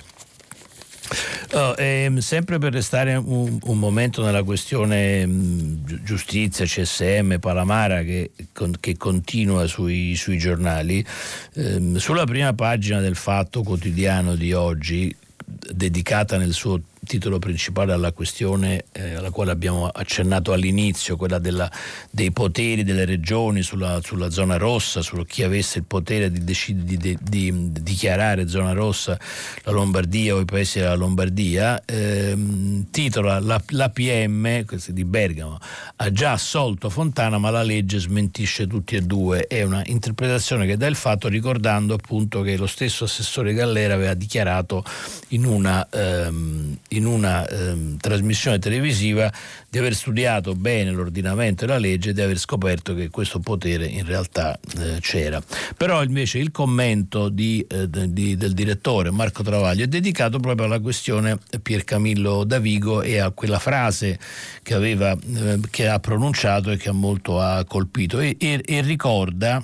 Oh, ehm, sempre per restare un, un momento nella questione mh, giustizia, C S M, Palamara, che, con, che continua sui, sui giornali, ehm, sulla prima pagina del Fatto Quotidiano di oggi, dedicata nel suo titolo principale alla questione eh, alla quale abbiamo accennato all'inizio, quella della, dei poteri delle regioni sulla, sulla zona rossa, su chi avesse il potere di, decid- di, di, di dichiarare zona rossa la Lombardia o i paesi della Lombardia, ehm, titola la, la P M di Bergamo ha già assolto Fontana, ma la legge smentisce tutti e due. È una interpretazione che dà il Fatto, ricordando appunto che lo stesso assessore Gallera aveva dichiarato in una ehm, in una ehm, trasmissione televisiva di aver studiato bene l'ordinamento e la legge e di aver scoperto che questo potere in realtà eh, c'era. Però invece il commento di, eh, di, del direttore Marco Travaglio è dedicato proprio alla questione Piercamillo Davigo e a quella frase che aveva eh, che ha pronunciato e che ha molto ha colpito e, e, e ricorda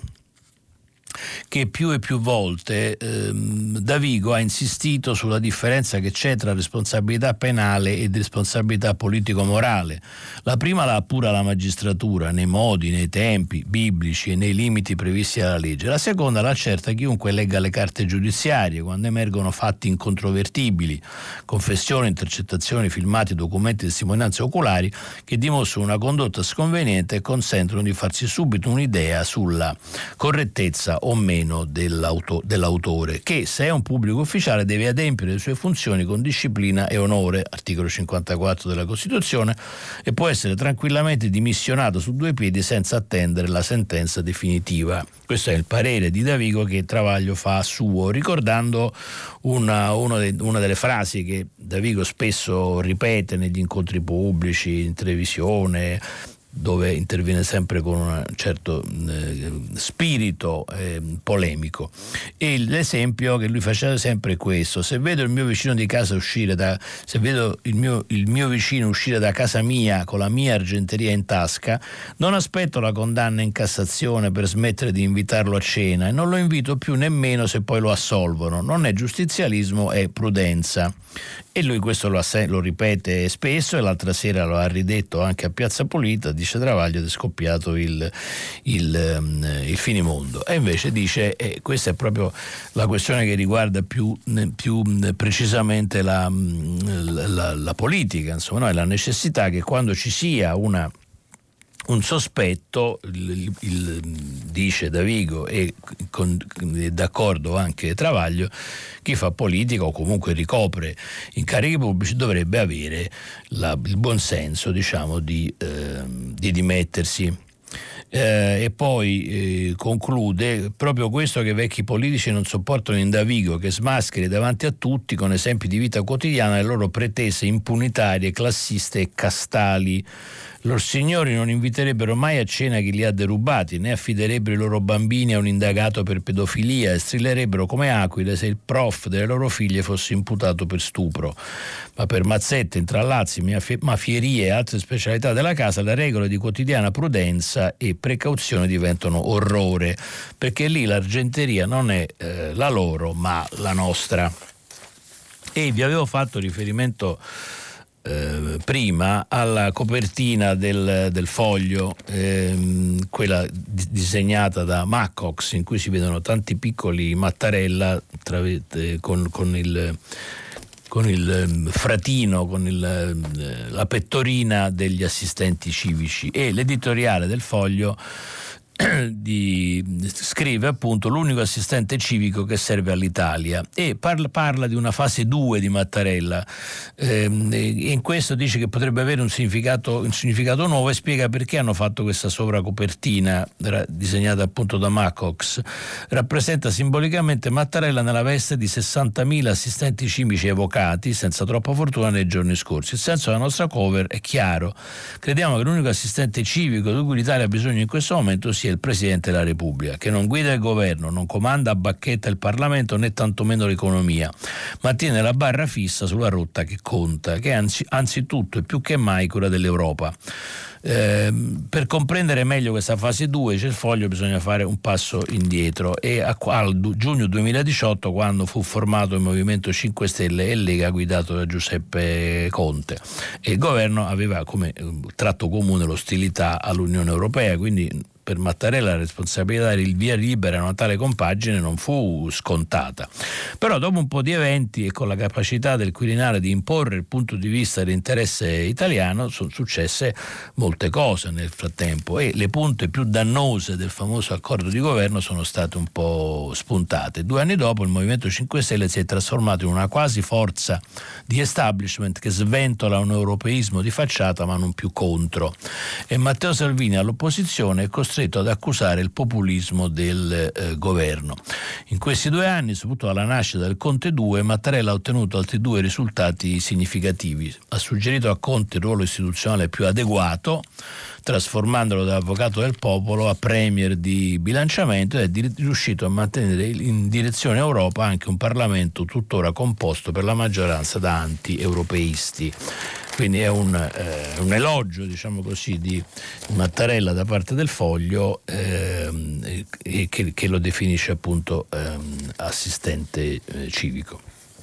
che più e più volte ehm, Davigo ha insistito sulla differenza che c'è tra responsabilità penale e responsabilità politico-morale. La prima la appura la magistratura nei modi, nei tempi biblici e nei limiti previsti dalla legge. La seconda la accerta chiunque legga le carte giudiziarie, quando emergono fatti incontrovertibili, confessioni, intercettazioni, filmati, documenti, testimonianze oculari che dimostrano una condotta sconveniente e consentono di farsi subito un'idea sulla correttezza o meno dell'auto, dell'autore, che se è un pubblico ufficiale deve adempiere le sue funzioni con disciplina e onore, articolo cinquantaquattro della Costituzione, e può essere tranquillamente dimissionato su due piedi senza attendere la sentenza definitiva. Questo è il parere di Davigo che Travaglio fa suo, ricordando una, una, de, una delle frasi che Davigo spesso ripete negli incontri pubblici, in televisione, dove interviene sempre con un certo eh, spirito eh, polemico. E l'esempio che lui faceva sempre è questo: se vedo il mio vicino di casa uscire da se vedo il mio, il mio vicino uscire da casa mia con la mia argenteria in tasca, non aspetto la condanna in Cassazione per smettere di invitarlo a cena e non lo invito più nemmeno se poi lo assolvono. Non è giustizialismo, è prudenza. E lui questo lo, ass- lo ripete spesso, e l'altra sera lo ha ridetto anche a Piazza Pulita, dice Travaglio, ed è scoppiato il, il, um, il finimondo. E invece dice, eh, questa è proprio la questione che riguarda più, più precisamente la, la, la, la politica, insomma, no? È la necessità che quando ci sia una un sospetto, il, il, dice Davigo e con, è d'accordo anche Travaglio, chi fa politica o comunque ricopre incarichi pubblici dovrebbe avere la, il buon senso, diciamo, di, eh, di dimettersi. Eh, e poi eh, conclude proprio questo che vecchi politici non sopportano in Davigo, che smascheri davanti a tutti con esempi di vita quotidiana le loro pretese impunitarie, classiste e castali. Loro signori non inviterebbero mai a cena chi li ha derubati, né affiderebbero i loro bambini a un indagato per pedofilia e strillerebbero come aquile se il prof delle loro figlie fosse imputato per stupro. Ma per mazzette, intrallazzi, mafierie e altre specialità della casa, le regole di quotidiana prudenza e precauzione diventano orrore, perché lì l'argenteria non è eh, la loro ma la nostra. E vi avevo fatto riferimento Eh, prima alla copertina del, del Foglio, ehm, quella di, disegnata da Maccox, in cui si vedono tanti piccoli Mattarella tra, eh, con, con il con il fratino, con il, la pettorina degli assistenti civici, e l'editoriale del Foglio Di, scrive appunto l'unico assistente civico che serve all'Italia, e parla, parla di una fase due di Mattarella, eh, e in questo dice che potrebbe avere un significato, un significato nuovo, e spiega perché hanno fatto questa sovracopertina disegnata appunto da Maccox. Rappresenta simbolicamente Mattarella nella veste di sessantamila assistenti civici evocati senza troppa fortuna nei giorni scorsi. Il senso della nostra cover è chiaro: crediamo che l'unico assistente civico di cui l'Italia ha bisogno in questo momento sia il Presidente della Repubblica, che non guida il governo, non comanda a bacchetta il Parlamento né tantomeno l'economia, ma tiene la barra fissa sulla rotta che conta, che è anzi, anzitutto e più che mai quella dell'Europa. Eh, per comprendere meglio questa fase due, c'è il Foglio, bisogna fare un passo indietro e a, al giugno duemiladiciotto, quando fu formato il Movimento cinque Stelle e Lega guidato da Giuseppe Conte, e il governo aveva come tratto comune l'ostilità all'Unione Europea, quindi per Mattarella la responsabilità del via libera a una tale compagine non fu scontata. Però dopo un po' di eventi e con la capacità del Quirinale di imporre il punto di vista dell'interesse italiano, sono successe molte cose nel frattempo e le punte più dannose del famoso accordo di governo sono state un po' spuntate. Due anni dopo il Movimento cinque Stelle si è trasformato in una quasi forza di establishment che sventola un europeismo di facciata ma non più contro, e Matteo Salvini all'opposizione è costretto ad accusare il populismo del eh, governo. In questi due anni, soprattutto alla nascita del Conte due, Mattarella ha ottenuto altri due risultati significativi. Ha suggerito a Conte il ruolo istituzionale più adeguato, trasformandolo da avvocato del popolo a premier di bilanciamento, ed è di- riuscito a mantenere in direzione Europa anche un Parlamento tuttora composto per la maggioranza da anti-europeisti. Quindi è un, eh, un elogio, diciamo così, di Mattarella da parte del Foglio, ehm, e che, che lo definisce appunto ehm, assistente eh, civico.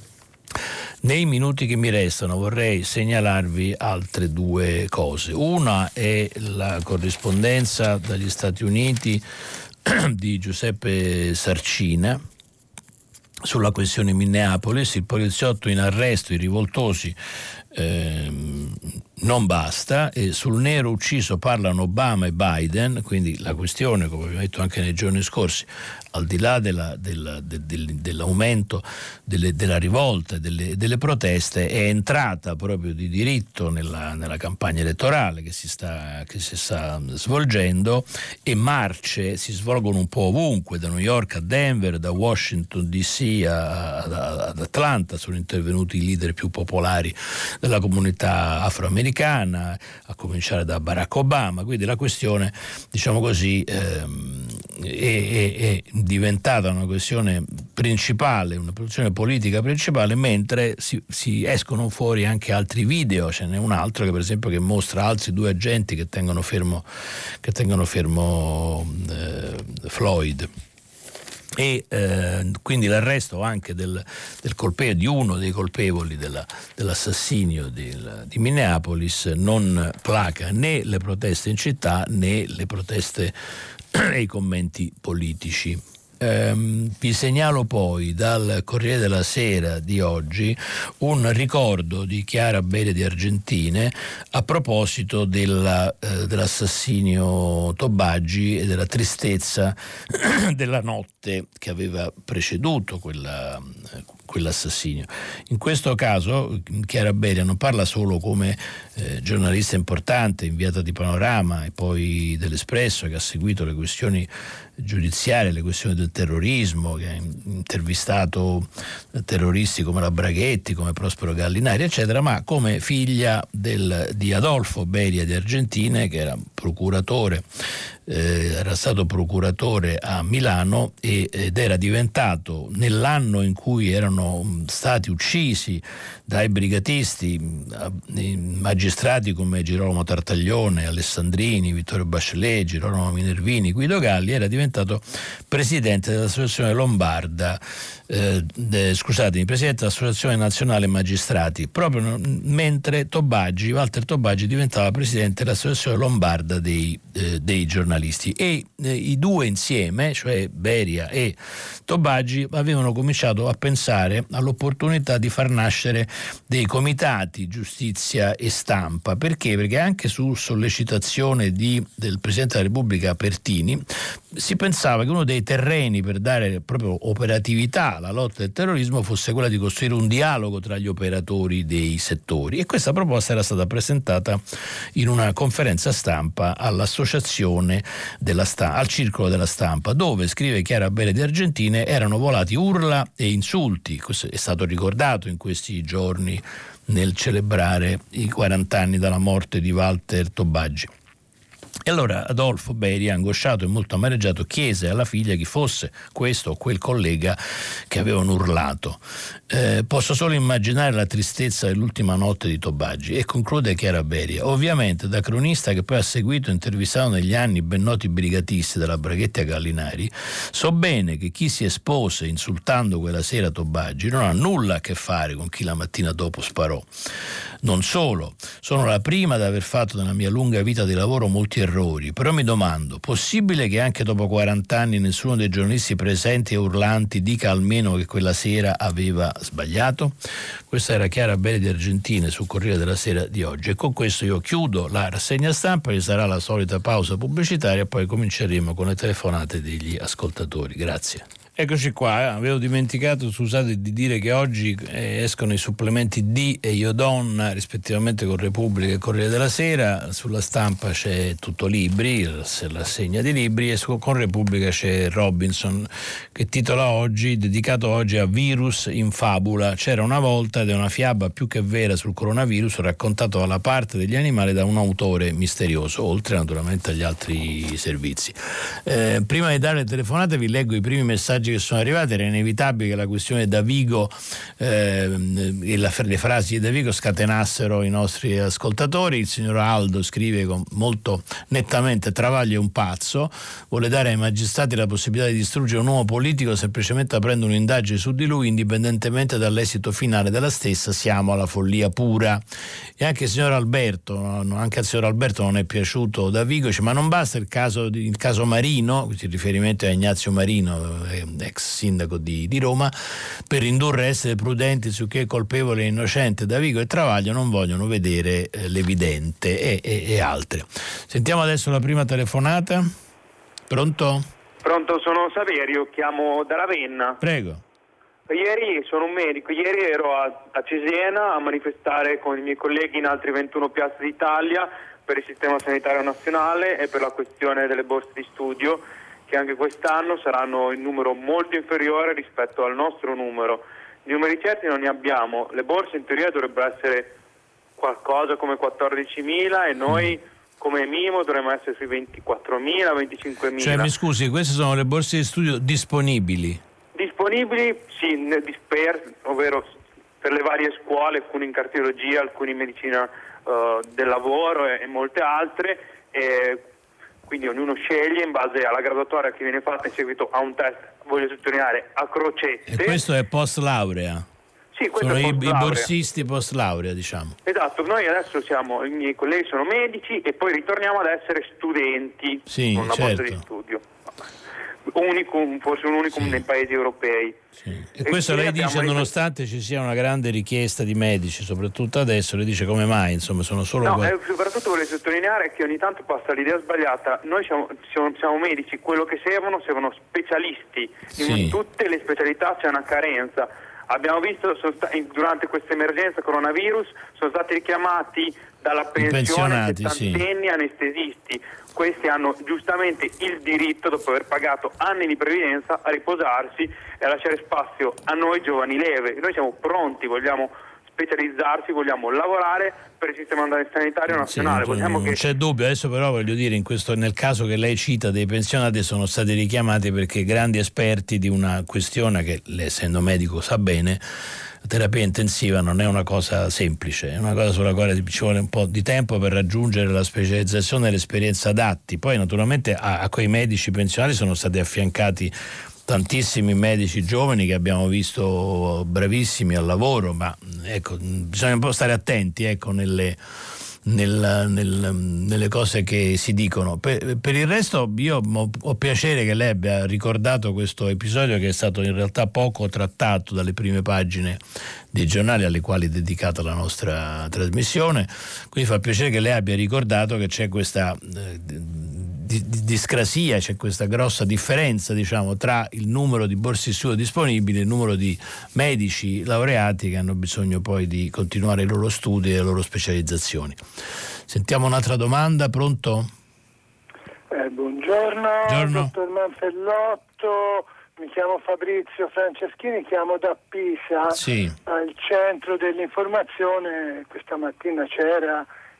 Nei minuti che mi restano vorrei segnalarvi altre due cose. Una è la corrispondenza dagli Stati Uniti di Giuseppe Sarcina sulla questione Minneapolis. Il poliziotto in arresto, i rivoltosi ehm, non basta, e sul nero ucciso parlano Obama e Biden, quindi la questione, come abbiamo detto anche nei giorni scorsi, al di là della, della, de, de, dell'aumento delle, della rivolta e delle, delle proteste, è entrata proprio di diritto nella, nella campagna elettorale che si, sta, che si sta svolgendo, e marce si svolgono un po' ovunque, da New York a Denver, da Washington D C a, a, ad Atlanta. Sono intervenuti i leader più popolari della comunità afroamericana, a cominciare da Barack Obama. Quindi la questione, diciamo così, ehm, è, è, è diventata una questione principale, una questione politica principale, mentre si, si escono fuori anche altri video. Ce n'è un altro che per esempio che mostra altri due agenti che tengono fermo, che tengono fermo eh, Floyd. E eh, quindi l'arresto anche del, del colpevole, di uno dei colpevoli della, dell'assassinio del, di Minneapolis, non placa né le proteste in città né le proteste e i commenti politici. Um, vi segnalo poi dal Corriere della Sera di oggi un ricordo di Chiara Beria di Argentine a proposito della, eh, dell'assassinio Tobagi e della tristezza della notte che aveva preceduto quella, quell'assassinio. In questo caso Chiara Beria non parla solo come eh, giornalista importante, inviata di Panorama e poi dell'Espresso, che ha seguito le questioni giudiziarie, le questioni del terrorismo, che ha intervistato terroristi come la Braghetti, come Prospero Gallinari, eccetera, ma come figlia del, di Adolfo Beria di Argentine, che era procuratore, eh, era stato procuratore a Milano e, ed era diventato, nell'anno in cui erano stati uccisi dai brigatisti magistrati come Girolamo Tartaglione, Alessandrini, Vittorio Bachelet, Girolamo Minervini, Guido Galli, era diventato presidente dell'Associazione Lombarda, eh, de, scusatemi, presidente dell'Associazione Nazionale Magistrati, proprio mentre Tobagi, Walter Tobagi, diventava presidente dell'Associazione Lombarda dei, eh, dei giornalisti. E eh, i due insieme, cioè Beria e Tobagi, avevano cominciato a pensare all'opportunità di far nascere dei comitati giustizia e stampa. Perché? Perché anche su sollecitazione di, del Presidente della Repubblica Pertini si pensava che uno dei terreni per dare proprio operatività alla lotta del terrorismo fosse quella di costruire un dialogo tra gli operatori dei settori, e questa proposta era stata presentata in una conferenza stampa all'associazione della stampa, al Circolo della Stampa, dove, scrive Chiara Beria di Argentine, erano volati urla e insulti. Questo è stato ricordato in questi giorni nel celebrare i quaranta anni dalla morte di Walter Tobagi. E allora Adolfo Beria, angosciato e molto amareggiato, chiese alla figlia chi fosse questo o quel collega che avevano urlato. Eh, posso solo immaginare la tristezza dell'ultima notte di Tobagi, e conclude Chiara Beria. Ovviamente, da cronista che poi ha seguito e intervistato negli anni ben noti brigatisti della Braghetti a Gallinari, so bene che chi si espose insultando quella sera Tobagi non ha nulla a che fare con chi la mattina dopo sparò. Non solo, sono la prima ad aver fatto nella mia lunga vita di lavoro molti errori, però mi domando, possibile che anche dopo quaranta anni nessuno dei giornalisti presenti e urlanti dica almeno che quella sera aveva sbagliato? Questa era Chiara Beria di Argentine sul Corriere della Sera di oggi, e con questo io chiudo la rassegna stampa, ci sarà la solita pausa pubblicitaria e poi cominceremo con le telefonate degli ascoltatori. Grazie. Eccoci qua, eh. avevo dimenticato, scusate, di dire che oggi eh, escono i supplementi D e Io Donna, rispettivamente con Repubblica e Corriere della Sera. Sulla Stampa c'è Tutto Libri, la segna di libri, e su, con Repubblica c'è Robinson, che titola oggi, dedicato oggi a Virus in fabula. C'era una volta, ed è una fiaba più che vera sul coronavirus, raccontato dalla parte degli animali da un autore misterioso, oltre naturalmente agli altri servizi. Eh, prima di dare le telefonate vi leggo i primi messaggi che sono arrivati. Era inevitabile che la questione Davigo eh, e la, le frasi di Davigo scatenassero i nostri ascoltatori. Il signor Aldo scrive con, molto nettamente: Travaglio è un pazzo, vuole dare ai magistrati la possibilità di distruggere un uomo politico semplicemente aprendo un'indagine su di lui indipendentemente dall'esito finale della stessa. Siamo alla follia pura. E anche il signor Alberto, anche al signor Alberto non è piaciuto Davigo, dice, ma non basta il caso, il caso Marino, il riferimento a Ignazio Marino, ex sindaco di, di Roma, per indurre a essere prudenti su chi è colpevole e innocente. Davigo e Travaglio non vogliono vedere eh, l'evidente e, e, e altre. Sentiamo adesso la prima telefonata. Pronto? Pronto, sono Saverio, chiamo da Ravenna. Prego. Ieri sono un medico, ieri ero a, a Cesena a manifestare con i miei colleghi in altre ventuno piazze d'Italia per il sistema sanitario nazionale e per la questione delle borse di studio, che anche quest'anno saranno in numero molto inferiore rispetto al nostro numero. I numeri certi non ne abbiamo, le borse in teoria dovrebbero essere qualcosa come quattordicimila e noi come minimo dovremmo essere sui ventiquattromila, venticinquemila. Cioè, mi scusi, queste sono le borse di studio disponibili? Disponibili, sì, per, ovvero per le varie scuole, alcune in cardiologia, alcune in medicina uh, del lavoro e, e molte altre, e quindi ognuno sceglie in base alla graduatoria che viene fatta in seguito a un test, voglio sottolineare, a crocette. E questo è post laurea? Sì, questo sono è i, post i borsisti post laurea, diciamo. Esatto, noi adesso siamo, i miei colleghi sono medici e poi ritorniamo ad essere studenti, sì, con una certo. borsa di studio. Unicum, forse un unicum sì. nei paesi europei. Sì. E, e questo lei dice nonostante ci sia una grande richiesta di medici, soprattutto adesso, lei dice come mai, insomma, sono solo... No, qual... eh, soprattutto voglio sottolineare che ogni tanto passa l'idea sbagliata. Noi siamo, siamo, siamo medici, quello che servono servono specialisti. In sì. tutte le specialità c'è una carenza. Abbiamo visto sono sta- durante questa emergenza coronavirus sono stati richiamati dalla pensione settantenni sì. anestesisti. Questi hanno giustamente il diritto, dopo aver pagato anni di previdenza, a riposarsi e a lasciare spazio a noi giovani leve. Noi siamo pronti, vogliamo specializzarsi, vogliamo lavorare per il sistema sanitario nazionale. Sì, vogliamo non che... c'è dubbio. Adesso però voglio dire, in questo, nel caso che lei cita dei pensionati, sono stati richiamati perché grandi esperti di una questione che lei, essendo medico, sa bene. La terapia intensiva non è una cosa semplice, è una cosa sulla quale ci vuole un po' di tempo per raggiungere la specializzazione e l'esperienza adatti. Poi naturalmente a, a quei medici pensionati sono stati affiancati tantissimi medici giovani che abbiamo visto bravissimi al lavoro, ma ecco, bisogna un po' stare attenti, ecco, nelle, nel, nel, nelle cose che si dicono. Per, per il resto io ho, ho piacere che lei abbia ricordato questo episodio, che è stato in realtà poco trattato dalle prime pagine dei giornali alle quali è dedicata la nostra trasmissione, quindi fa piacere che lei abbia ricordato che c'è questa eh, di, di discrasia, c'è questa grossa differenza, diciamo, tra il numero di borse di studio disponibili e il numero di medici laureati che hanno bisogno poi di continuare i loro studi e le loro specializzazioni. Sentiamo un'altra domanda. Pronto? Eh, buongiorno, buongiorno, dottor Manfellotto. Mi chiamo Fabrizio Franceschini, chiamo da Pisa, sì. al centro dell'informazione. Questa mattina c'era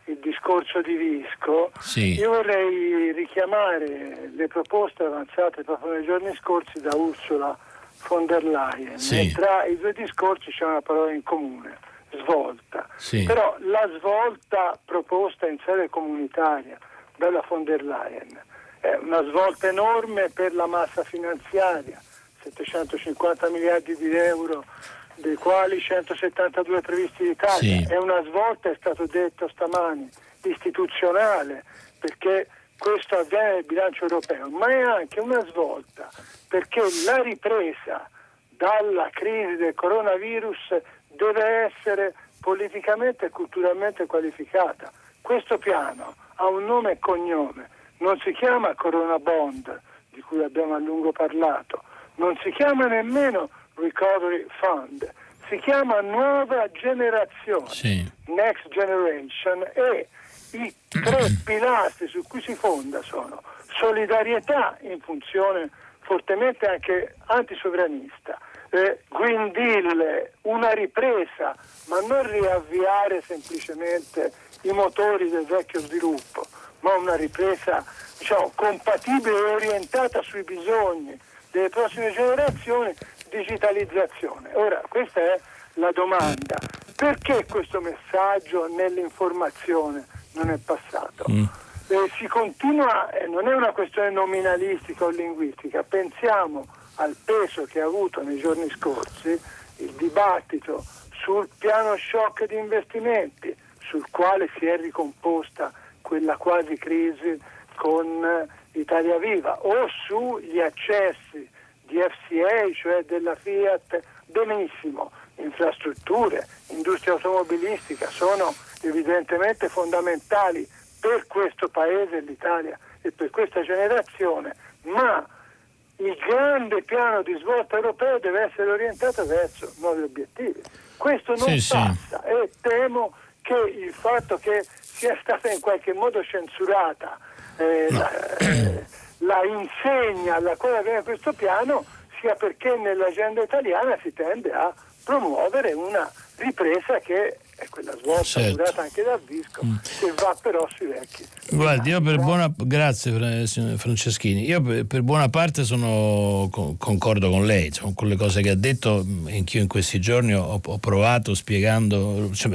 il discorso di Visco, sì. io vorrei richiamare le proposte avanzate proprio nei giorni scorsi da Ursula von der Leyen. Sì. E tra i due discorsi c'è una parola in comune: svolta. Sì. Però la svolta proposta in sede comunitaria dalla von der Leyen è una svolta enorme per la massa finanziaria, settecentocinquanta miliardi di euro, dei quali centosettantadue previsti in Italia. Sì. È una svolta, è stato detto stamani, istituzionale, perché questo avviene nel bilancio europeo, ma è anche una svolta perché la ripresa dalla crisi del coronavirus deve essere politicamente e culturalmente qualificata. Questo piano ha un nome e cognome, non si chiama Corona Bond, di cui abbiamo a lungo parlato, non si chiama nemmeno Recovery Fund, si chiama Nuova Generazione, sì. Next Generation, e i tre pilastri su cui si fonda sono solidarietà in funzione fortemente anche antisovranista, eh, Green Deal, una ripresa, ma non riavviare semplicemente i motori del vecchio sviluppo, ma una ripresa, diciamo, compatibile e orientata sui bisogni delle prossime generazioni, digitalizzazione. Ora, questa è la domanda: perché questo messaggio nell'informazione non è passato? Mm. Eh, si continua, eh, non è una questione nominalistica o linguistica, pensiamo al peso che ha avuto nei giorni scorsi il dibattito sul piano shock di investimenti, sul quale si è ricomposta quella quasi crisi con Italia Viva, o sugli accessi di F C A, cioè della Fiat. Benissimo, infrastrutture, industria automobilistica sono evidentemente fondamentali per questo paese, l'Italia, e per questa generazione, ma il grande piano di svolta europeo deve essere orientato verso nuovi obiettivi. Questo non sì, passa, sì. E temo che il fatto che sia stata in qualche modo censurata eh, no. la, eh, la insegna alla quale viene questo piano sia perché nell'agenda italiana si tende a promuovere una ripresa che è quella svolta, certo, curata anche dal Visco, mm. che va però sui vecchi. Guardi, io per buona grazie Franceschini, io per, per buona parte sono concordo con lei, insomma, con le cose che ha detto. Anch'io in questi giorni ho, ho provato spiegando, cioè,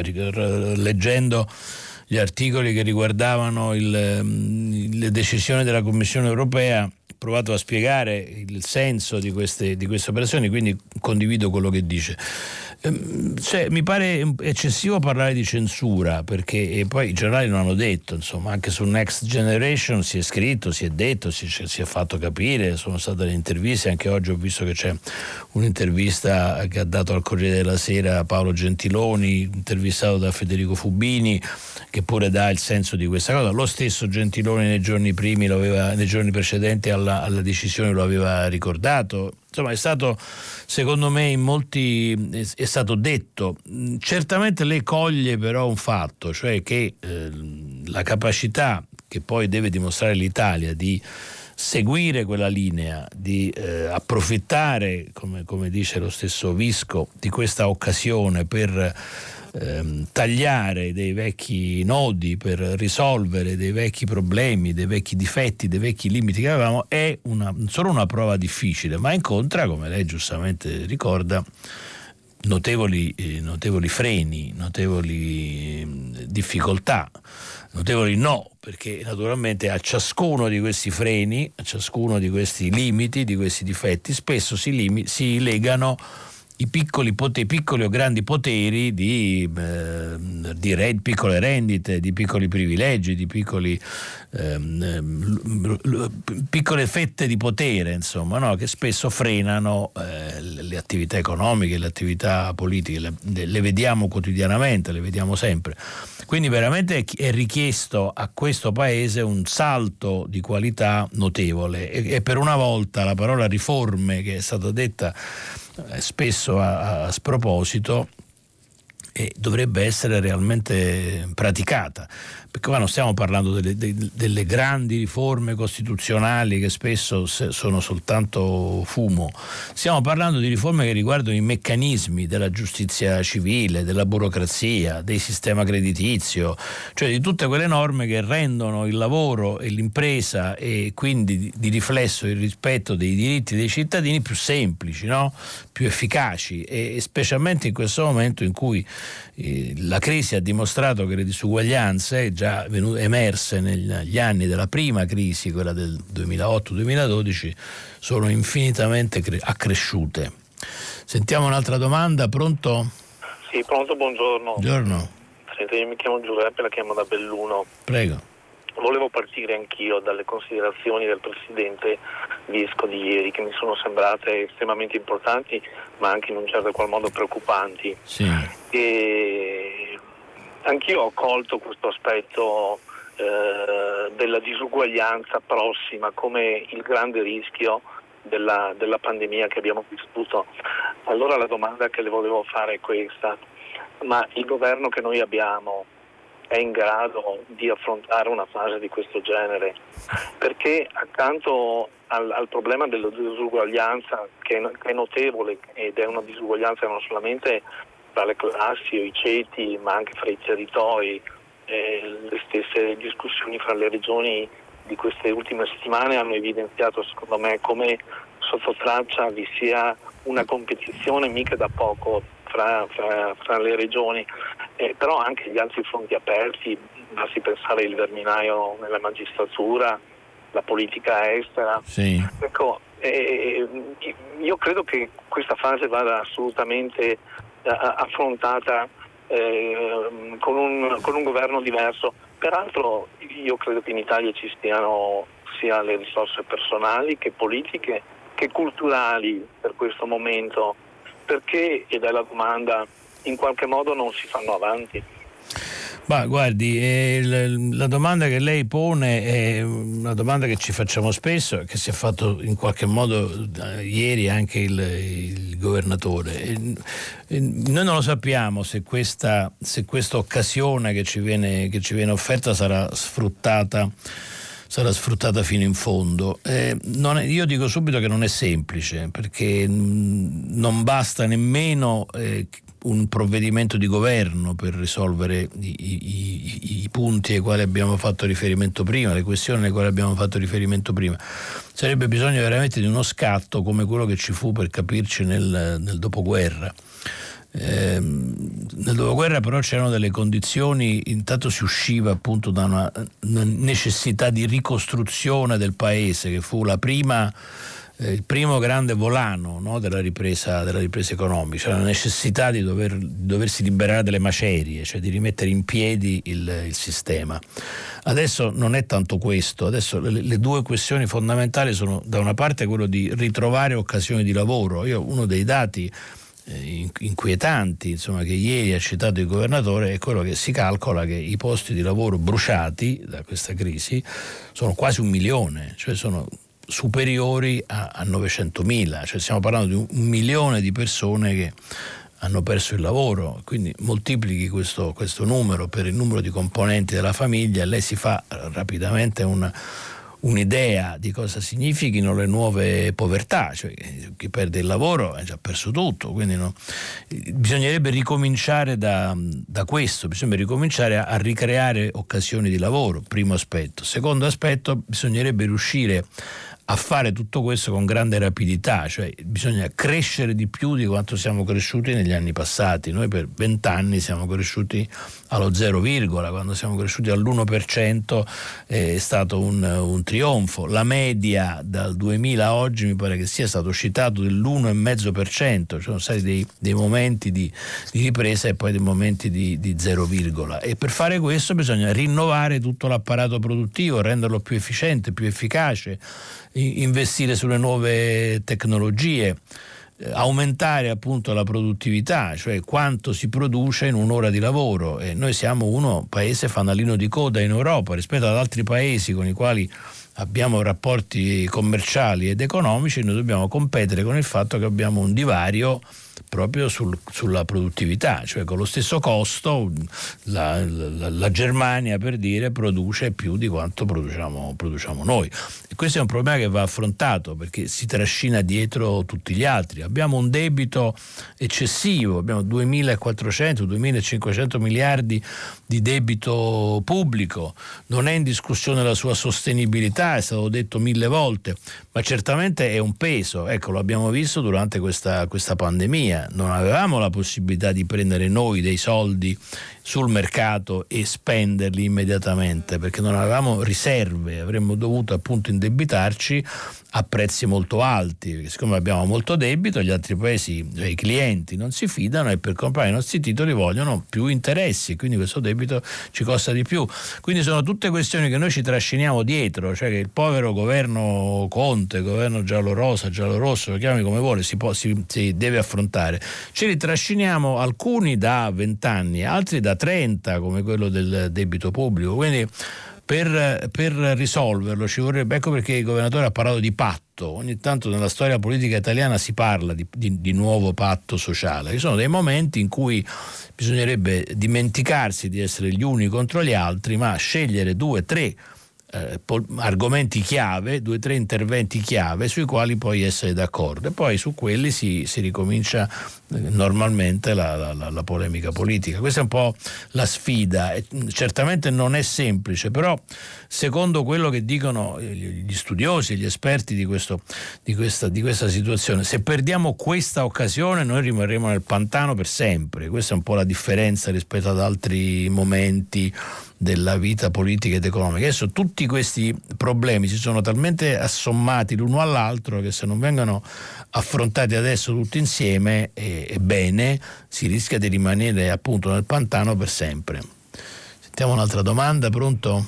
leggendo gli articoli che riguardavano il, le decisioni della Commissione europea, provato a spiegare il senso di queste, di queste operazioni, quindi condivido quello che dice. Cioè, mi pare eccessivo parlare di censura, perché e poi i giornali non hanno detto, insomma, anche su Next Generation si è scritto, si è detto, si, si è fatto capire, sono state le interviste, anche oggi ho visto che c'è un'intervista che ha dato al Corriere della Sera Paolo Gentiloni, intervistato da Federico Fubini, che pure dà il senso di questa cosa. Lo stesso Gentiloni nei giorni primi, lo aveva, nei giorni precedenti alla, alla decisione lo aveva ricordato. Insomma, è stato, secondo me, in molti è, è stato detto. Certamente lei coglie però un fatto, cioè che eh, la capacità che poi deve dimostrare l'Italia di seguire quella linea, di eh, approfittare, come, come dice lo stesso Visco, di questa occasione per ehm, tagliare dei vecchi nodi, per risolvere dei vecchi problemi, dei vecchi difetti, dei vecchi limiti che avevamo, è una, non solo una prova difficile, ma incontra, come lei giustamente ricorda, notevoli, eh, notevoli freni, notevoli eh, difficoltà, notevoli no, perché naturalmente a ciascuno di questi freni, a ciascuno di questi limiti, di questi difetti, spesso si, limi, si legano i piccoli, poteri, piccoli o grandi poteri di, eh, di red, piccole rendite, di piccoli privilegi, di piccoli, eh, piccole fette di potere, insomma, no? Che spesso frenano eh, le attività economiche, le attività politiche, le, le vediamo quotidianamente, le vediamo sempre. Quindi veramente è richiesto a questo paese un salto di qualità notevole e, e per una volta la parola riforme, che è stata detta spesso a, a sproposito, e dovrebbe essere realmente praticata, perché qua non stiamo parlando delle, delle, delle grandi riforme costituzionali che spesso sono soltanto fumo, stiamo parlando di riforme che riguardano i meccanismi della giustizia civile, della burocrazia, del sistema creditizio, cioè di tutte quelle norme che rendono il lavoro e l'impresa e quindi di, di riflesso il rispetto dei diritti dei cittadini più semplici, no? Più efficaci, e, e specialmente in questo momento in cui eh, la crisi ha dimostrato che le disuguaglianze già venute, emerse negli anni della prima crisi, quella del duemilaotto duemiladodici, sono infinitamente cre- accresciute. Sentiamo un'altra domanda. Pronto? Sì, pronto, buongiorno. Buongiorno. Senta, io mi chiamo Giuseppe, la chiamo da Belluno. Prego. Volevo partire anch'io dalle considerazioni del Presidente Visco di ieri, che mi sono sembrate estremamente importanti, ma anche in un certo qual modo preoccupanti. Sì. E anch'io ho colto questo aspetto eh, della disuguaglianza prossima come il grande rischio della, della pandemia che abbiamo vissuto. Allora la domanda che le volevo fare è questa: ma il governo che noi abbiamo è in grado di affrontare una fase di questo genere? Perché accanto al, al problema della disuguaglianza, che è, che è notevole, ed è una disuguaglianza non solamente tra le classi o i ceti, ma anche fra i territori, eh, le stesse discussioni fra le regioni di queste ultime settimane hanno evidenziato, secondo me, come sotto traccia vi sia una competizione mica da poco fra, fra, fra le regioni, eh, però anche gli altri fronti aperti, basti pensare il verminaio nella magistratura, la politica estera. Sì. Ecco, eh, io credo che questa fase vada assolutamente eh, affrontata eh, con, un, con un governo diverso. Peraltro io credo che in Italia ci stiano sia le risorse personali che politiche che culturali per questo momento. Perché, ed è la domanda, in qualche modo non si fanno avanti? Ma guardi, eh, la, la domanda che lei pone è una domanda che ci facciamo spesso e che si è fatto in qualche modo eh, ieri anche il, il governatore. E, e noi non lo sappiamo se questa se questa occasione che ci viene che ci viene offerta sarà sfruttata sarà sfruttata fino in fondo. Eh, non è, io dico subito che non è semplice, perché mh, non basta nemmeno eh, un provvedimento di governo per risolvere i, i, i punti ai quali abbiamo fatto riferimento prima, le questioni alle quali abbiamo fatto riferimento prima. Sarebbe bisogno veramente di uno scatto come quello che ci fu, per capirci, nel, nel dopoguerra. Eh, nel dopoguerra però c'erano delle condizioni, intanto si usciva appunto da una, una necessità di ricostruzione del paese, che fu la prima eh, il primo grande volano, no, della ripresa della ripresa economica, cioè la necessità di, dover, di doversi liberare delle macerie, cioè di rimettere in piedi il, il sistema. Adesso non è tanto questo, adesso le, le due questioni fondamentali sono, da una parte, quello di ritrovare occasioni di lavoro. Io uno dei dati inquietanti, insomma, che ieri ha citato il governatore, è quello che si calcola che i posti di lavoro bruciati da questa crisi sono quasi un milione, cioè sono superiori a, a novecentomila, cioè stiamo parlando di un, un milione di persone che hanno perso il lavoro. Quindi moltiplichi questo, questo numero per il numero di componenti della famiglia e lei si fa rapidamente un un'idea di cosa significhino le nuove povertà, cioè chi perde il lavoro ha già perso tutto, quindi no, bisognerebbe ricominciare da, da questo, bisognerebbe ricominciare a, a ricreare occasioni di lavoro, primo aspetto. Secondo aspetto, bisognerebbe riuscire a fare tutto questo con grande rapidità, cioè bisogna crescere di più di quanto siamo cresciuti negli anni passati. Noi per vent'anni siamo cresciuti allo zero virgola, quando siamo cresciuti all'uno per cento è stato un, un trionfo. La media dal duemila a oggi mi pare che sia stato citato dell'uno virgola cinque per cento, ci sono stati dei, dei momenti di, di ripresa e poi dei momenti di, di zero virgola, e per fare questo bisogna rinnovare tutto l'apparato produttivo, renderlo più efficiente, più efficace, investire sulle nuove tecnologie, aumentare appunto la produttività, cioè quanto si produce in un'ora di lavoro. E noi siamo uno paese fanalino di coda in Europa rispetto ad altri paesi con i quali abbiamo rapporti commerciali ed economici. Noi dobbiamo competere con il fatto che abbiamo un divario proprio sul, sulla produttività, cioè con lo stesso costo la, la, la Germania, per dire, produce più di quanto produciamo, produciamo noi. E questo è un problema che va affrontato, perché si trascina dietro tutti gli altri. Abbiamo un debito eccessivo, abbiamo duemilaquattrocento duemilacinquecento miliardi di debito pubblico, non è in discussione la sua sostenibilità, è stato detto mille volte, ma certamente è un peso. Ecco, lo abbiamo visto durante questa, questa pandemia. Non avevamo la possibilità di prendere noi dei soldi sul mercato e spenderli immediatamente, perché non avevamo riserve, avremmo dovuto appunto indebitarci a prezzi molto alti, perché siccome abbiamo molto debito gli altri paesi, cioè i clienti, non si fidano e per comprare i nostri titoli vogliono più interessi, quindi questo debito ci costa di più. Quindi sono tutte questioni che noi ci trasciniamo dietro, cioè che il povero governo Conte, governo giallo-rosa, giallo-rosso, lo chiami come vuole, si, può, si, si deve affrontare. Ce li trasciniamo alcuni da vent'anni, altri da trenta, come quello del debito pubblico. Quindi per, per risolverlo ci vorrebbe, ecco perché il governatore ha parlato di patto. Ogni tanto nella storia politica italiana si parla di, di, di nuovo patto sociale. Ci sono dei momenti in cui bisognerebbe dimenticarsi di essere gli uni contro gli altri, ma scegliere due, tre eh, pol- argomenti chiave, due, tre interventi chiave sui quali poi essere d'accordo, e poi su quelli si, si ricomincia eh, normalmente la, la, la polemica politica. Questa è un po' la sfida, e certamente non è semplice, però secondo quello che dicono gli studiosi, gli esperti di, questo, di, questa, di questa situazione, se perdiamo questa occasione noi rimarremo nel pantano per sempre. Questa è un po' la differenza rispetto ad altri momenti della vita politica ed economica. Adesso tutti questi problemi si sono talmente assommati l'uno all'altro che se non vengono affrontati adesso tutti insieme e, e bene, si rischia di rimanere appunto nel pantano per sempre. Sentiamo un'altra domanda. Pronto?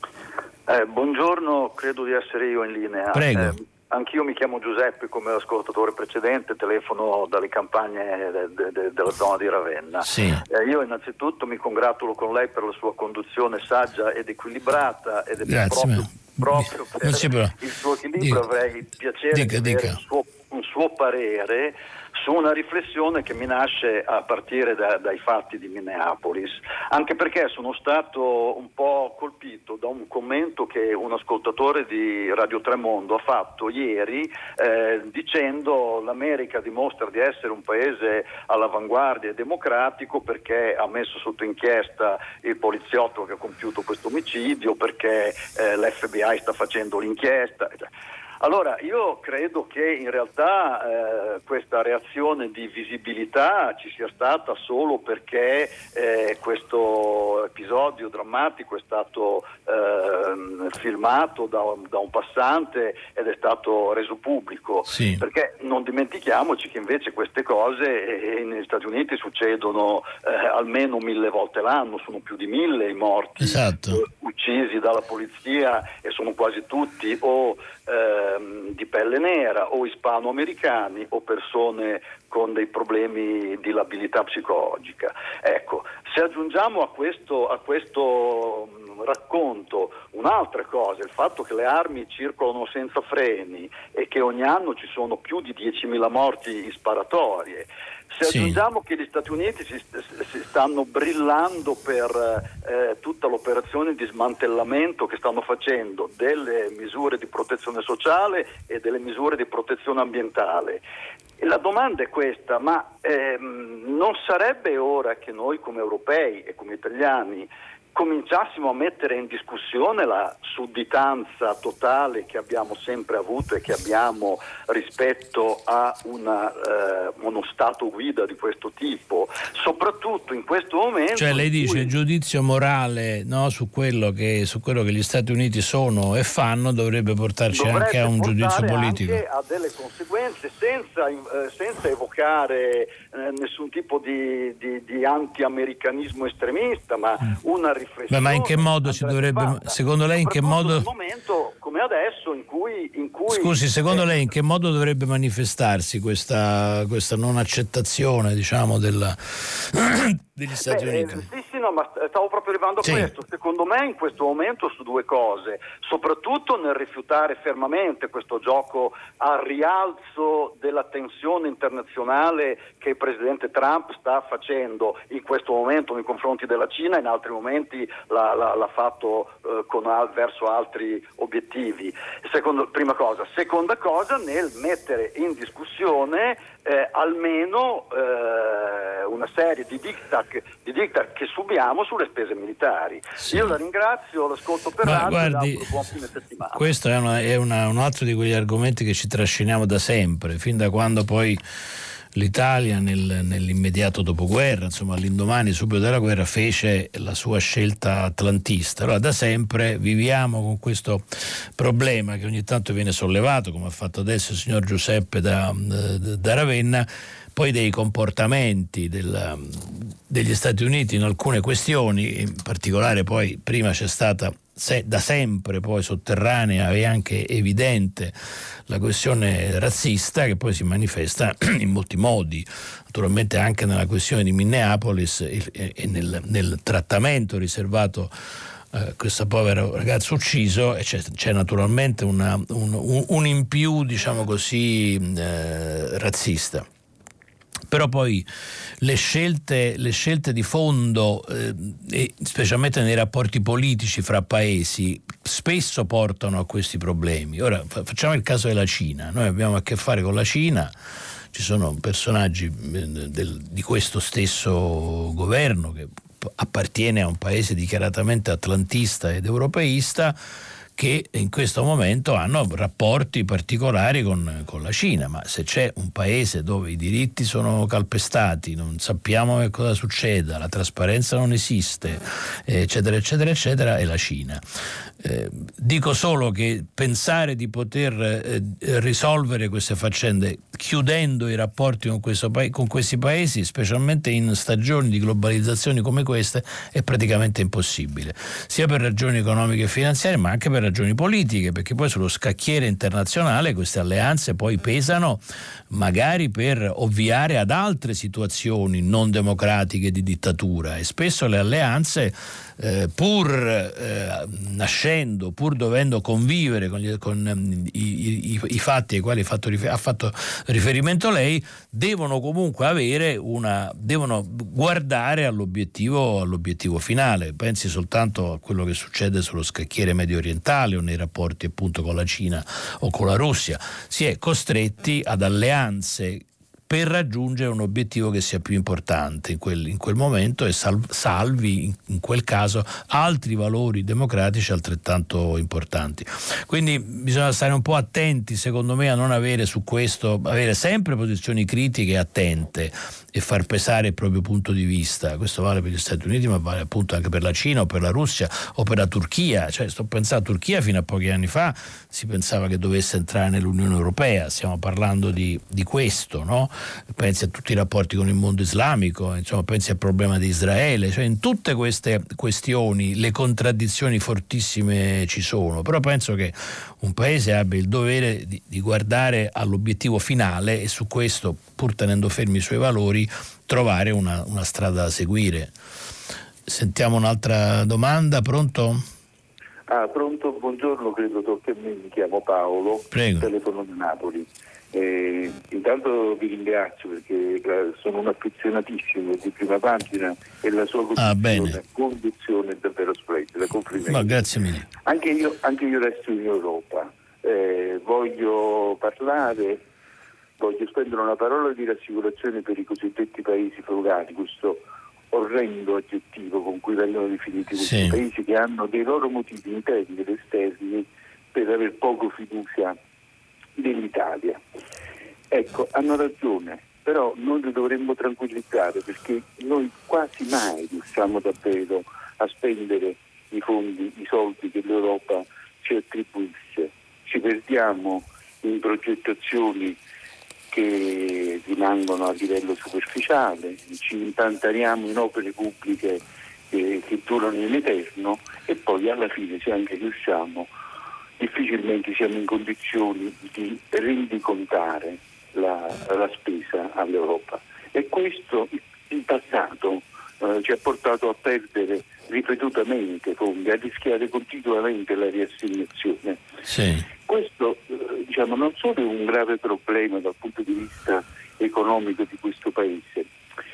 Eh, buongiorno, credo di essere io in linea. Prego. Eh, anch'io mi chiamo Giuseppe, come l'ascoltatore precedente, telefono dalle campagne de, de, de, della zona di Ravenna. Sì. Eh, io innanzitutto mi congratulo con lei per la sua conduzione saggia ed equilibrata, ed è Grazie, proprio, proprio per il suo equilibrio dica, avrei il piacere dica, di avere un suo, un suo parere su una riflessione che mi nasce a partire da, dai fatti di Minneapolis, anche perché sono stato un po' colpito da un commento che un ascoltatore di Radio Tremondo ha fatto ieri eh, dicendo: l'America dimostra di essere un paese all'avanguardia e democratico perché ha messo sotto inchiesta il poliziotto che ha compiuto questo omicidio, perché eh, l'F B I sta facendo l'inchiesta. Allora, io credo che in realtà eh, questa reazione di visibilità ci sia stata solo perché eh, questo episodio drammatico è stato eh, filmato da, da un passante ed è stato reso pubblico. Sì. Perché non dimentichiamoci che invece queste cose eh, negli Stati Uniti succedono eh, almeno mille volte l'anno, sono più di mille i morti, esatto, eh, uccisi dalla polizia, e sono quasi tutti o eh, di pelle nera o ispanoamericani o persone con dei problemi di labilità psicologica. Ecco, se aggiungiamo a questo, a questo racconto un'altra cosa, il fatto che le armi circolano senza freni e che ogni anno ci sono più di diecimila morti in sparatorie, se sì. aggiungiamo che gli Stati Uniti si, si stanno brillando per eh, tutta l'operazione di smantellamento che stanno facendo delle misure di protezione sociale e delle misure di protezione ambientale, e la domanda è questa: ma ehm, non sarebbe ora che noi come europei e come italiani cominciassimo a mettere in discussione la sudditanza totale che abbiamo sempre avuto e che abbiamo rispetto a una, eh, uno stato guida di questo tipo, soprattutto in questo momento? Cioè lei dice cui... il giudizio morale, no, su quello che su quello che gli Stati Uniti sono e fanno dovrebbe portarci dovrebbe anche a un giudizio politico, anche a delle conseguenze, senza, eh, senza evocare eh, nessun tipo di, di, di anti-americanismo estremista, ma mm. una Beh, ma in che modo si dovrebbe fatta. Secondo lei in che modo in un momento come adesso in cui, in cui scusi secondo eh, lei in che modo dovrebbe manifestarsi questa, questa non accettazione, diciamo, della degli Stati beh, Uniti? Sì, sì, no, no, ma stavo proprio arrivando a sì. questo. Secondo me in questo momento su due cose, soprattutto nel rifiutare fermamente questo gioco al rialzo della tensione internazionale che il presidente Trump sta facendo in questo momento nei confronti della Cina, in altri momenti l'ha, l'ha, l'ha fatto eh, con al, verso altri obiettivi. Secondo, prima cosa. Seconda cosa, nel mettere in discussione eh, almeno eh, una serie di diktat, di diktat che subiamo sulle spese militari. Sì. Io la ringrazio, l'ascolto per Ma radio, guardi, e buon fine settimana. Questo è, una, è una, un altro di quegli argomenti che ci trasciniamo da sempre, fin da quando poi l'Italia nel, nell'immediato dopoguerra, insomma all'indomani subito della guerra, fece la sua scelta atlantista. Allora da sempre viviamo con questo problema che ogni tanto viene sollevato, come ha fatto adesso il signor Giuseppe da, da Ravenna, poi dei comportamenti della, degli Stati Uniti in alcune questioni, in particolare poi prima c'è stata se, da sempre poi sotterranea e anche evidente la questione razzista, che poi si manifesta in molti modi, naturalmente anche nella questione di Minneapolis e, e nel, nel trattamento riservato a questo povero ragazzo ucciso, e c'è, c'è naturalmente una, un, un, un in più, diciamo così, eh, razzista. Però poi le scelte, le scelte di fondo, eh, e specialmente nei rapporti politici fra paesi, spesso portano a questi problemi. Ora facciamo il caso della Cina. Noi abbiamo a che fare con la Cina, ci sono personaggi del, di questo stesso governo che appartiene a un paese dichiaratamente atlantista ed europeista, che in questo momento hanno rapporti particolari con, con la Cina, ma se c'è un paese dove i diritti sono calpestati, non sappiamo che cosa succeda, la trasparenza non esiste, eccetera eccetera eccetera, è la Cina. Eh, dico solo che pensare di poter eh, risolvere queste faccende chiudendo i rapporti con, questo pa- con questi paesi, specialmente in stagioni di globalizzazione come queste, è praticamente impossibile, sia per ragioni economiche e finanziarie ma anche per ragioni politiche, perché poi sullo scacchiere internazionale queste alleanze poi pesano magari per ovviare ad altre situazioni non democratiche di dittatura, e spesso le alleanze eh, pur eh, nascendo, pur dovendo convivere con, gli, con i, i, i fatti ai quali ha fatto, rifer- ha fatto riferimento lei, devono comunque avere una, devono guardare all'obiettivo, all'obiettivo finale. Pensi soltanto a quello che succede sullo scacchiere medio orientale o nei rapporti appunto con la Cina o con la Russia. Si è costretti ad alleanze per raggiungere un obiettivo che sia più importante in quel, in quel momento e sal, salvi in, in quel caso altri valori democratici altrettanto importanti. Quindi bisogna stare un po' attenti, secondo me, a non avere su questo, avere sempre posizioni critiche e attente e far pesare il proprio punto di vista. Questo vale per gli Stati Uniti, ma vale appunto anche per la Cina o per la Russia o per la Turchia. Cioè, sto pensando a Turchia, fino a pochi anni fa si pensava che dovesse entrare nell'Unione Europea, stiamo parlando di, di questo, no? Pensi a tutti i rapporti con il mondo islamico, insomma, pensi al problema di Israele, cioè in tutte queste questioni le contraddizioni fortissime ci sono, però penso che un paese abbia il dovere di, di guardare all'obiettivo finale e su questo, pur tenendo fermi i suoi valori, trovare una, una strada da seguire. Sentiamo un'altra domanda, pronto? Ah, pronto, buongiorno, credo tocchi a me, mi chiamo Paolo, Prego. Telefono da Napoli. Eh, intanto vi ringrazio perché sono un affezionatissimo di Prima Pagina e la sua conduzione, ah, conduzione è davvero splendida, complimenti. Ma grazie mille. Anche io, anche io resto in Europa, eh, voglio parlare, voglio spendere una parola di rassicurazione per i cosiddetti paesi frugali, questo orrendo aggettivo con cui vengono definiti questi sì. paesi che hanno dei loro motivi interni ed esterni per aver poco fiducia dell'Italia. Ecco, hanno ragione, però noi li dovremmo tranquillizzare perché noi quasi mai riusciamo davvero a spendere i fondi, i soldi che l'Europa ci attribuisce. Ci perdiamo in progettazioni che rimangono a livello superficiale, ci impantaniamo in opere pubbliche eh, che durano in eterno e poi alla fine, se anche riusciamo, difficilmente siamo in condizioni di rendicontare la, la spesa all'Europa. E questo in passato eh, eh, ci ha portato a perdere ripetutamente fondi, a rischiare continuamente la riassegnazione. Sì. Questo eh, diciamo, non solo è un grave problema dal punto di vista economico di questo Paese,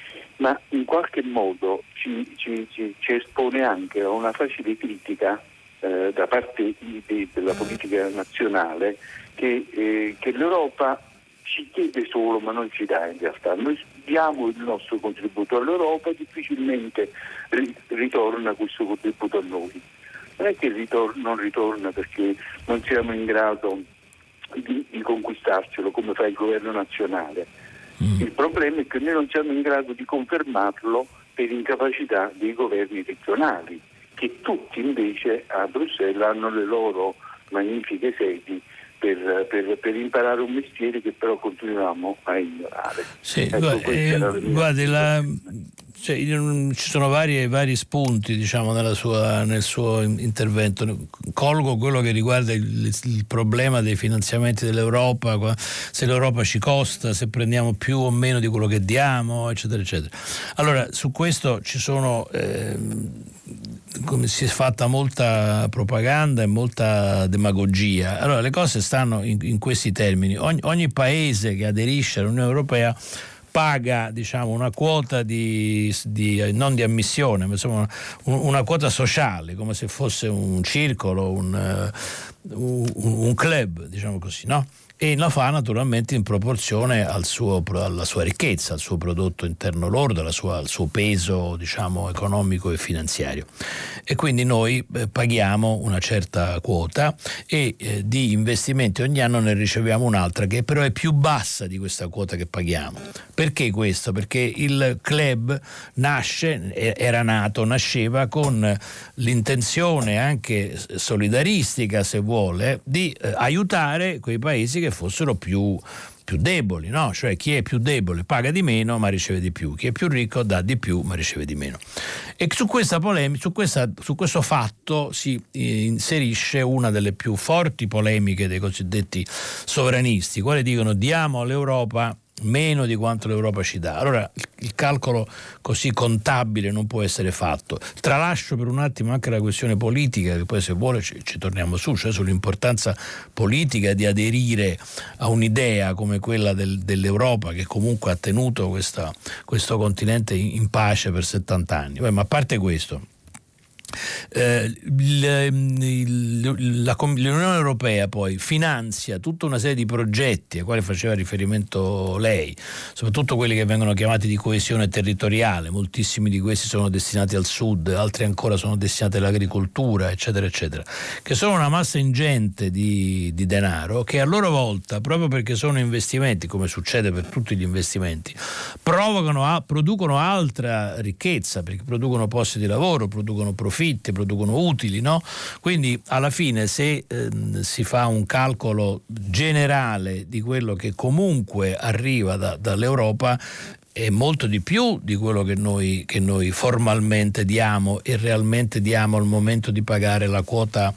ma in qualche modo ci, ci, ci, ci espone anche a una facile critica eh, da parte di, di, della politica nazionale che, eh, che l'Europa ci chiede solo ma non ci dà in realtà. Noi diamo il nostro contributo all'Europa, difficilmente ri- ritorna questo contributo a noi. Non è che ritor- non ritorna perché non siamo in grado di, di conquistarcelo come fa il governo nazionale. Mm. Il problema è che noi non siamo in grado di confermarlo per incapacità dei governi regionali, che tutti invece a Bruxelles hanno le loro magnifiche sedi Per, per, per imparare un mestiere che però continuiamo a ignorare. Sì, ecco, eh, guardi, la, cioè, ci sono vari, vari spunti, diciamo, nella sua, nel suo intervento. Colgo quello che riguarda il, il problema dei finanziamenti dell'Europa, se l'Europa ci costa, se prendiamo più o meno di quello che diamo, eccetera, eccetera. Allora, su questo ci sono... Eh, come si è fatta molta propaganda e molta demagogia. Allora le cose stanno in, in questi termini. Ogni, ogni paese che aderisce all'Unione Europea paga, diciamo, una quota di, di non di ammissione, ma insomma una, una quota sociale, come se fosse un circolo, un, un, un club, diciamo così, no? E la fa naturalmente in proporzione al suo, alla sua ricchezza, al suo prodotto interno lordo, alla sua, al suo peso, diciamo, economico e finanziario. E quindi noi eh, paghiamo una certa quota e eh, di investimenti ogni anno ne riceviamo un'altra che però è più bassa di questa quota che paghiamo. Perché questo? Perché il club nasce, era nato, nasceva con l'intenzione anche solidaristica, se vuole, di eh, aiutare quei paesi che fossero più, più deboli, no? Cioè chi è più debole paga di meno ma riceve di più, chi è più ricco dà di più ma riceve di meno. E su questa polemica, su, questa, su questo fatto si inserisce una delle più forti polemiche dei cosiddetti sovranisti, quali dicono diamo all'Europa meno di quanto l'Europa ci dà. Allora il calcolo così contabile non può essere fatto. Tralascio per un attimo anche la questione politica, che poi se vuole ci, ci torniamo su, cioè sull'importanza politica di aderire a un'idea come quella del, dell'Europa, che comunque ha tenuto questa, questo continente in, in pace per settanta anni. Beh, ma a parte questo, Eh, il, il, la, l'Unione Europea poi finanzia tutta una serie di progetti ai quali faceva riferimento lei, soprattutto quelli che vengono chiamati di coesione territoriale. Moltissimi di questi sono destinati al sud, altri ancora sono destinati all'agricoltura, eccetera eccetera, che sono una massa ingente di, di denaro che a loro volta, proprio perché sono investimenti, come succede per tutti gli investimenti, provocano a, producono altra ricchezza, perché producono posti di lavoro, producono profitti, producono utili, no? Quindi alla fine se eh, si fa un calcolo generale di quello che comunque arriva da, dall'Europa, è molto di più di quello che noi, che noi formalmente diamo e realmente diamo al momento di pagare la quota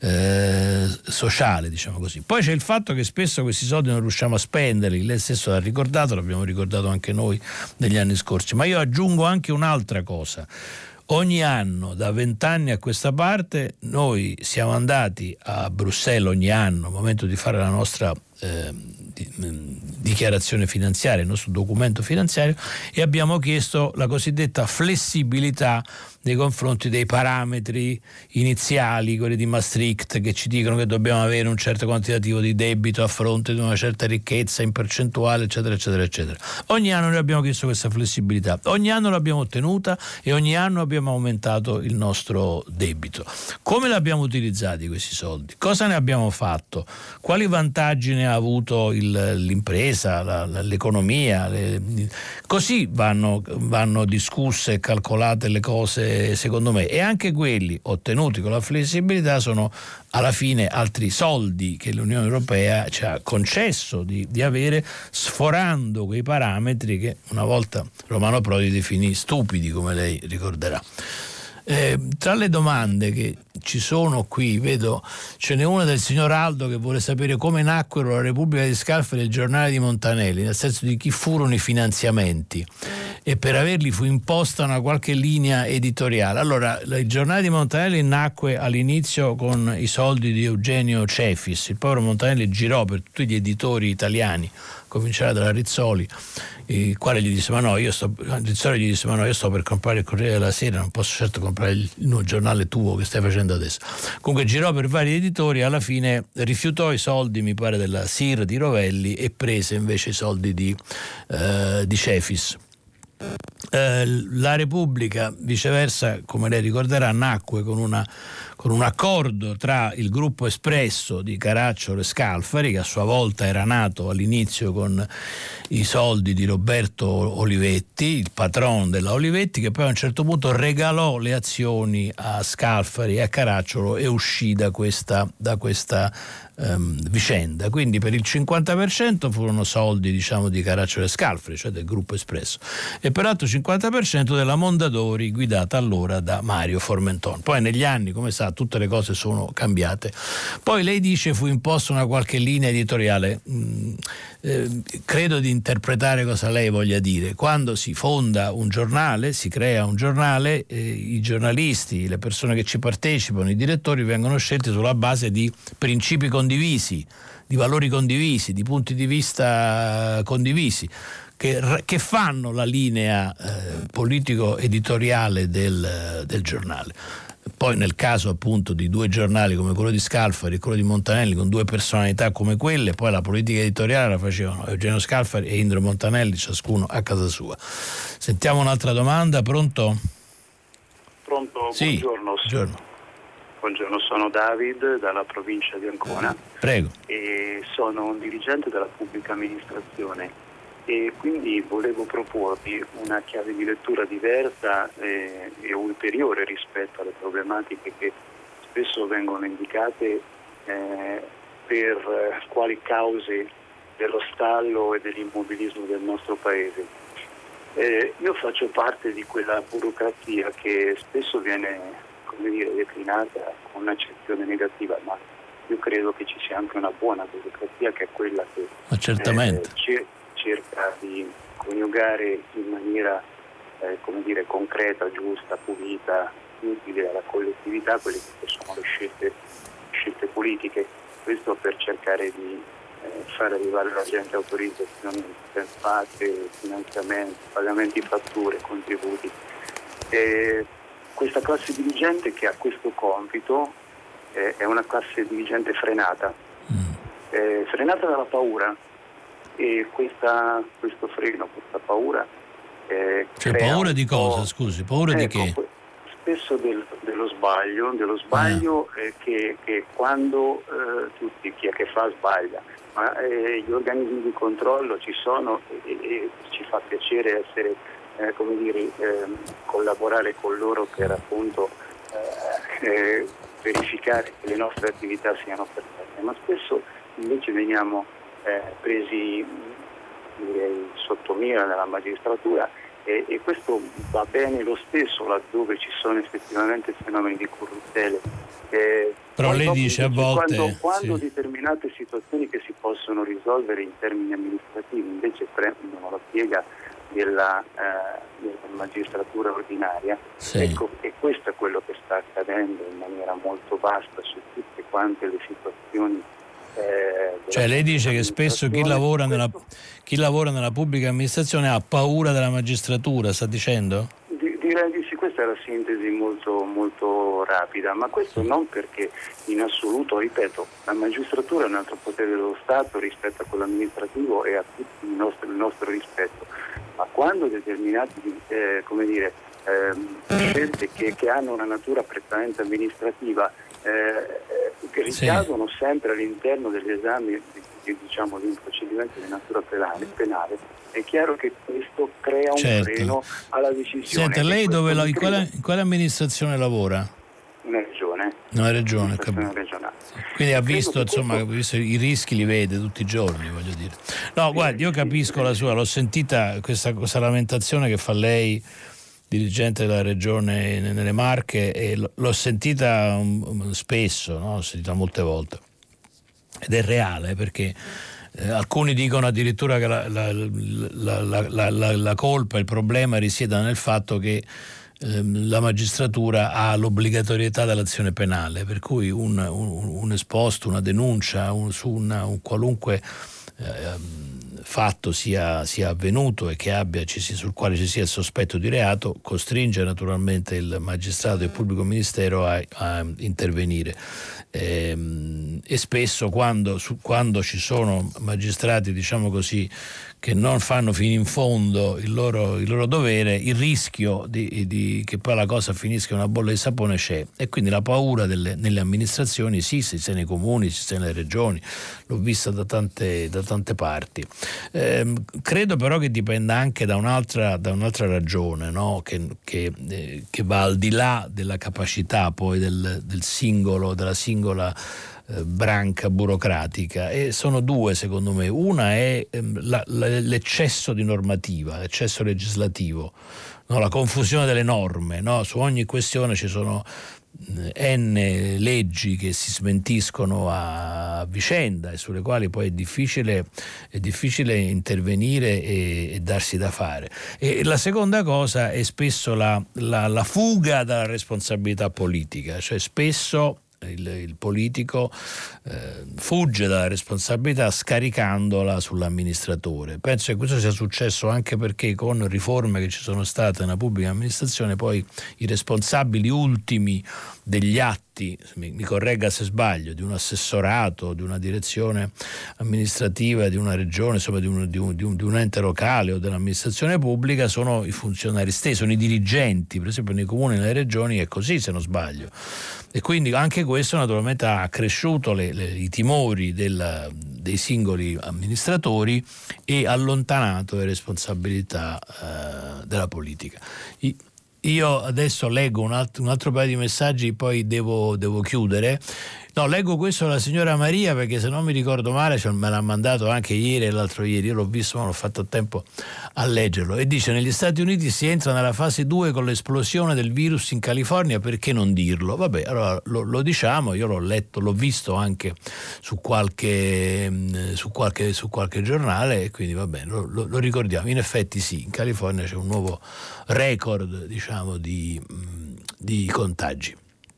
eh, sociale, diciamo così. Poi c'è il fatto che spesso questi soldi non riusciamo a spenderli, lei stesso l'ha ricordato, l'abbiamo ricordato anche noi negli anni scorsi, ma io aggiungo anche un'altra cosa. Ogni anno, da vent'anni a questa parte, noi siamo andati a Bruxelles ogni anno, al momento di fare la nostra eh, di, dichiarazione finanziaria, il nostro documento finanziario, e abbiamo chiesto la cosiddetta flessibilità nei confronti dei parametri iniziali, quelli di Maastricht, che ci dicono che dobbiamo avere un certo quantitativo di debito a fronte di una certa ricchezza in percentuale, eccetera, eccetera, eccetera. Ogni anno noi abbiamo chiesto questa flessibilità, ogni anno l'abbiamo ottenuta e ogni anno abbiamo aumentato il nostro debito. Come l'abbiamo utilizzati questi soldi? Cosa ne abbiamo fatto? Quali vantaggi ne ha avuto il, l'impresa, la, l'economia? Le, così vanno, vanno discusse e calcolate le cose, secondo me, e anche quelli ottenuti con la flessibilità sono alla fine altri soldi che l'Unione Europea ci ha concesso di, di avere, sforando quei parametri che una volta Romano Prodi definì stupidi, come lei ricorderà. Eh, tra le domande che ci sono qui, vedo ce n'è una del signor Aldo che vuole sapere come nacquero la Repubblica di Scalfari e il giornale di Montanelli, nel senso di chi furono i finanziamenti. e per averli fu imposta una qualche linea editoriale. Allora, il giornale di Montanelli nacque all'inizio con i soldi di Eugenio Cefis. Il povero Montanelli girò per tutti gli editori italiani, a cominciare dalla Rizzoli, il quale gli disse: ma no, io sto Rizzoli gli disse: ma no, io sto per comprare il Corriere della Sera, non posso certo comprare il, il giornale tuo che stai facendo adesso. Comunque girò per vari editori, alla fine rifiutò i soldi, mi pare, della S I R di Rovelli e prese invece i soldi di, eh, di Cefis. Eh, la Repubblica, viceversa, come lei ricorderà, nacque con una con un accordo tra il gruppo Espresso di Caracciolo e Scalfari, che a sua volta era nato all'inizio con i soldi di Roberto Olivetti, il patron della Olivetti, che poi a un certo punto regalò le azioni a Scalfari e a Caracciolo e uscì da questa, da questa um, vicenda. Quindi per il cinquanta per cento furono soldi, diciamo, di Caracciolo e Scalfari, cioè del gruppo Espresso, e per l'altro cinquanta per cento della Mondadori, guidata allora da Mario Formenton. Poi negli anni, come sa, tutte le cose sono cambiate. Poi lei dice fu imposta una qualche linea editoriale. Mm, eh, credo di interpretare cosa lei voglia dire. Quando si fonda un giornale, si crea un giornale, eh, i giornalisti, le persone che ci partecipano, i direttori vengono scelti sulla base di principi condivisi, di valori condivisi, di punti di vista condivisi, che, che fanno la linea eh, politico-editoriale del, del giornale. Poi nel caso appunto di due giornali come quello di Scalfari e quello di Montanelli, con due personalità come quelle, poi la politica editoriale la facevano Eugenio Scalfari e Indro Montanelli, ciascuno a casa sua. Sentiamo un'altra domanda. Pronto? Pronto, sì, buongiorno. buongiorno. Buongiorno, sono David dalla provincia di Ancona. Prego. E sono un dirigente della pubblica amministrazione e quindi volevo proporvi una chiave di lettura diversa e, e ulteriore rispetto alle problematiche che spesso vengono indicate eh, per eh, quali cause dello stallo e dell'immobilismo del nostro Paese. Eh, io faccio parte di quella burocrazia che spesso viene, come dire, declinata con un'accezione negativa, ma io credo che ci sia anche una buona burocrazia, che è quella che ma certamente. Eh, cerca di coniugare in maniera eh, come dire, concreta, giusta, pulita, utile alla collettività quelle che sono le scelte, scelte politiche. Questo per cercare di eh, far arrivare alla gente autorizzazioni sensate, finanziamenti, pagamenti di fatture, contributi. E questa classe dirigente che ha questo compito eh, è una classe dirigente frenata, mm. eh, frenata dalla paura. E questa, questo freno, questa paura eh, cioè paura di cosa, scusi? Paura ecco, di che? Spesso del, dello sbaglio dello sbaglio ah. eh, che, che quando eh, tutti, chi è che fa sbaglia, ma eh, gli organismi di controllo ci sono e, e ci fa piacere essere eh, come dire eh, collaborare con loro per appunto eh, eh, verificare che le nostre attività siano perfette, ma spesso invece veniamo Eh, presi direi sotto mira nella magistratura e, e questo va bene lo stesso laddove ci sono effettivamente fenomeni di corruttela. Eh, Però lei dice a volte quando, quando sì. determinate situazioni che si possono risolvere in termini amministrativi invece prendono la piega della, eh, della magistratura ordinaria, sì. Ecco, e questo è quello che sta accadendo in maniera molto vasta su tutte quante le situazioni. Eh, cioè lei dice che spesso chi lavora, nella, chi lavora nella pubblica amministrazione ha paura della magistratura, sta dicendo? Direi di sì, questa è la sintesi molto, molto rapida, ma questo non perché in assoluto, ripeto, la magistratura è un altro potere dello Stato rispetto a quello amministrativo e a tutti il nostro, il nostro rispetto, ma quando determinati eh, come dire, eh, scelte che, che hanno una natura prettamente amministrativa Eh, che ricadono sì. sempre all'interno degli esami di, diciamo, di un procedimento di natura penale, penale, è chiaro che questo crea un certo. freno alla decisione. Senta, lei dove la, in, quale, in quale amministrazione lavora? Una regione. Una regione, capito. Regionale. Quindi ha visto, insomma, questo... visto i rischi li vede tutti i giorni, voglio dire. No, sì, guardi, io capisco sì, la sua, l'ho sentita questa, questa lamentazione che fa lei, dirigente della regione nelle Marche, e l'ho sentita spesso, no? L'ho sentita molte volte ed è reale, perché Eh, alcuni dicono addirittura che la, la, la, la, la, la colpa, il problema risieda nel fatto che ehm, la magistratura ha l'obbligatorietà dell'azione penale, per cui un, un, un esposto, una denuncia un, su una, un qualunque eh, fatto sia, sia avvenuto e che abbia, ci sia, sul quale ci sia il sospetto di reato, costringe naturalmente il magistrato e il pubblico ministero a, a intervenire. E, e spesso quando, su, quando ci sono magistrati, diciamo così, che non fanno fino in fondo il loro, il loro dovere, il rischio di, di che poi la cosa finisca in una bolla di sapone c'è, e quindi la paura delle, nelle amministrazioni sì, si sia nei comuni, si sia nelle regioni, l'ho vista da tante, da tante parti. Eh, credo però che dipenda anche da un'altra, da un'altra ragione, no? che, che, eh, che va al di là della capacità poi del, del singolo, della singola eh, branca burocratica, e sono due secondo me. Una è ehm, la, la, l'eccesso di normativa, l'eccesso legislativo, no? La confusione delle norme, no? Su ogni questione ci sono N leggi che si smentiscono a vicenda e sulle quali poi è difficile, è difficile intervenire e, e darsi da fare. E la seconda cosa è spesso la, la, la fuga dalla responsabilità politica, cioè spesso il, il politico eh, fugge dalla responsabilità scaricandola sull'amministratore. Penso che questo sia successo anche perché con riforme che ci sono state nella pubblica amministrazione poi i responsabili ultimi degli atti, mi, mi corregga se sbaglio, di un assessorato, di una direzione amministrativa di una regione, insomma di un, di un, di un, di un ente locale o dell'amministrazione pubblica, sono i funzionari stessi, sono i dirigenti. Per esempio nei comuni e nelle regioni è così, se non sbaglio, e quindi anche questo naturalmente ha accresciuto le, le, i timori del, dei singoli amministratori e allontanato le responsabilità eh, della politica. I, Io adesso leggo un altro, un altro paio di messaggi, poi devo, devo chiudere. No, leggo questo alla signora Maria perché se non mi ricordo male, cioè, me l'ha mandato anche ieri e l'altro ieri, io l'ho visto ma non ho fatto tempo a leggerlo, e dice: negli Stati Uniti si entra nella fase due con l'esplosione del virus in California, perché non dirlo? Vabbè, allora lo, lo diciamo, io l'ho letto, l'ho visto anche su qualche, su qualche, su qualche giornale, e quindi va bene, lo, lo, lo ricordiamo. In effetti sì, in California c'è un nuovo record, diciamo, di, di contagi.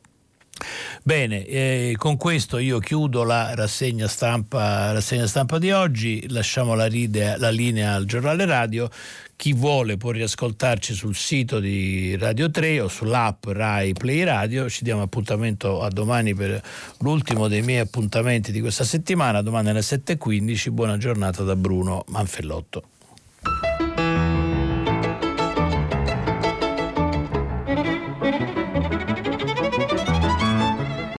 Bene, eh, con questo io chiudo la rassegna stampa, rassegna stampa di oggi, lasciamo la, ride, la linea al giornale radio. Chi vuole può riascoltarci sul sito di Radio tre o sull'app Rai Play Radio. Ci diamo appuntamento a domani per l'ultimo dei miei appuntamenti di questa settimana, domani alle sette e quindici. Buona giornata da Bruno Manfellotto. Thank you.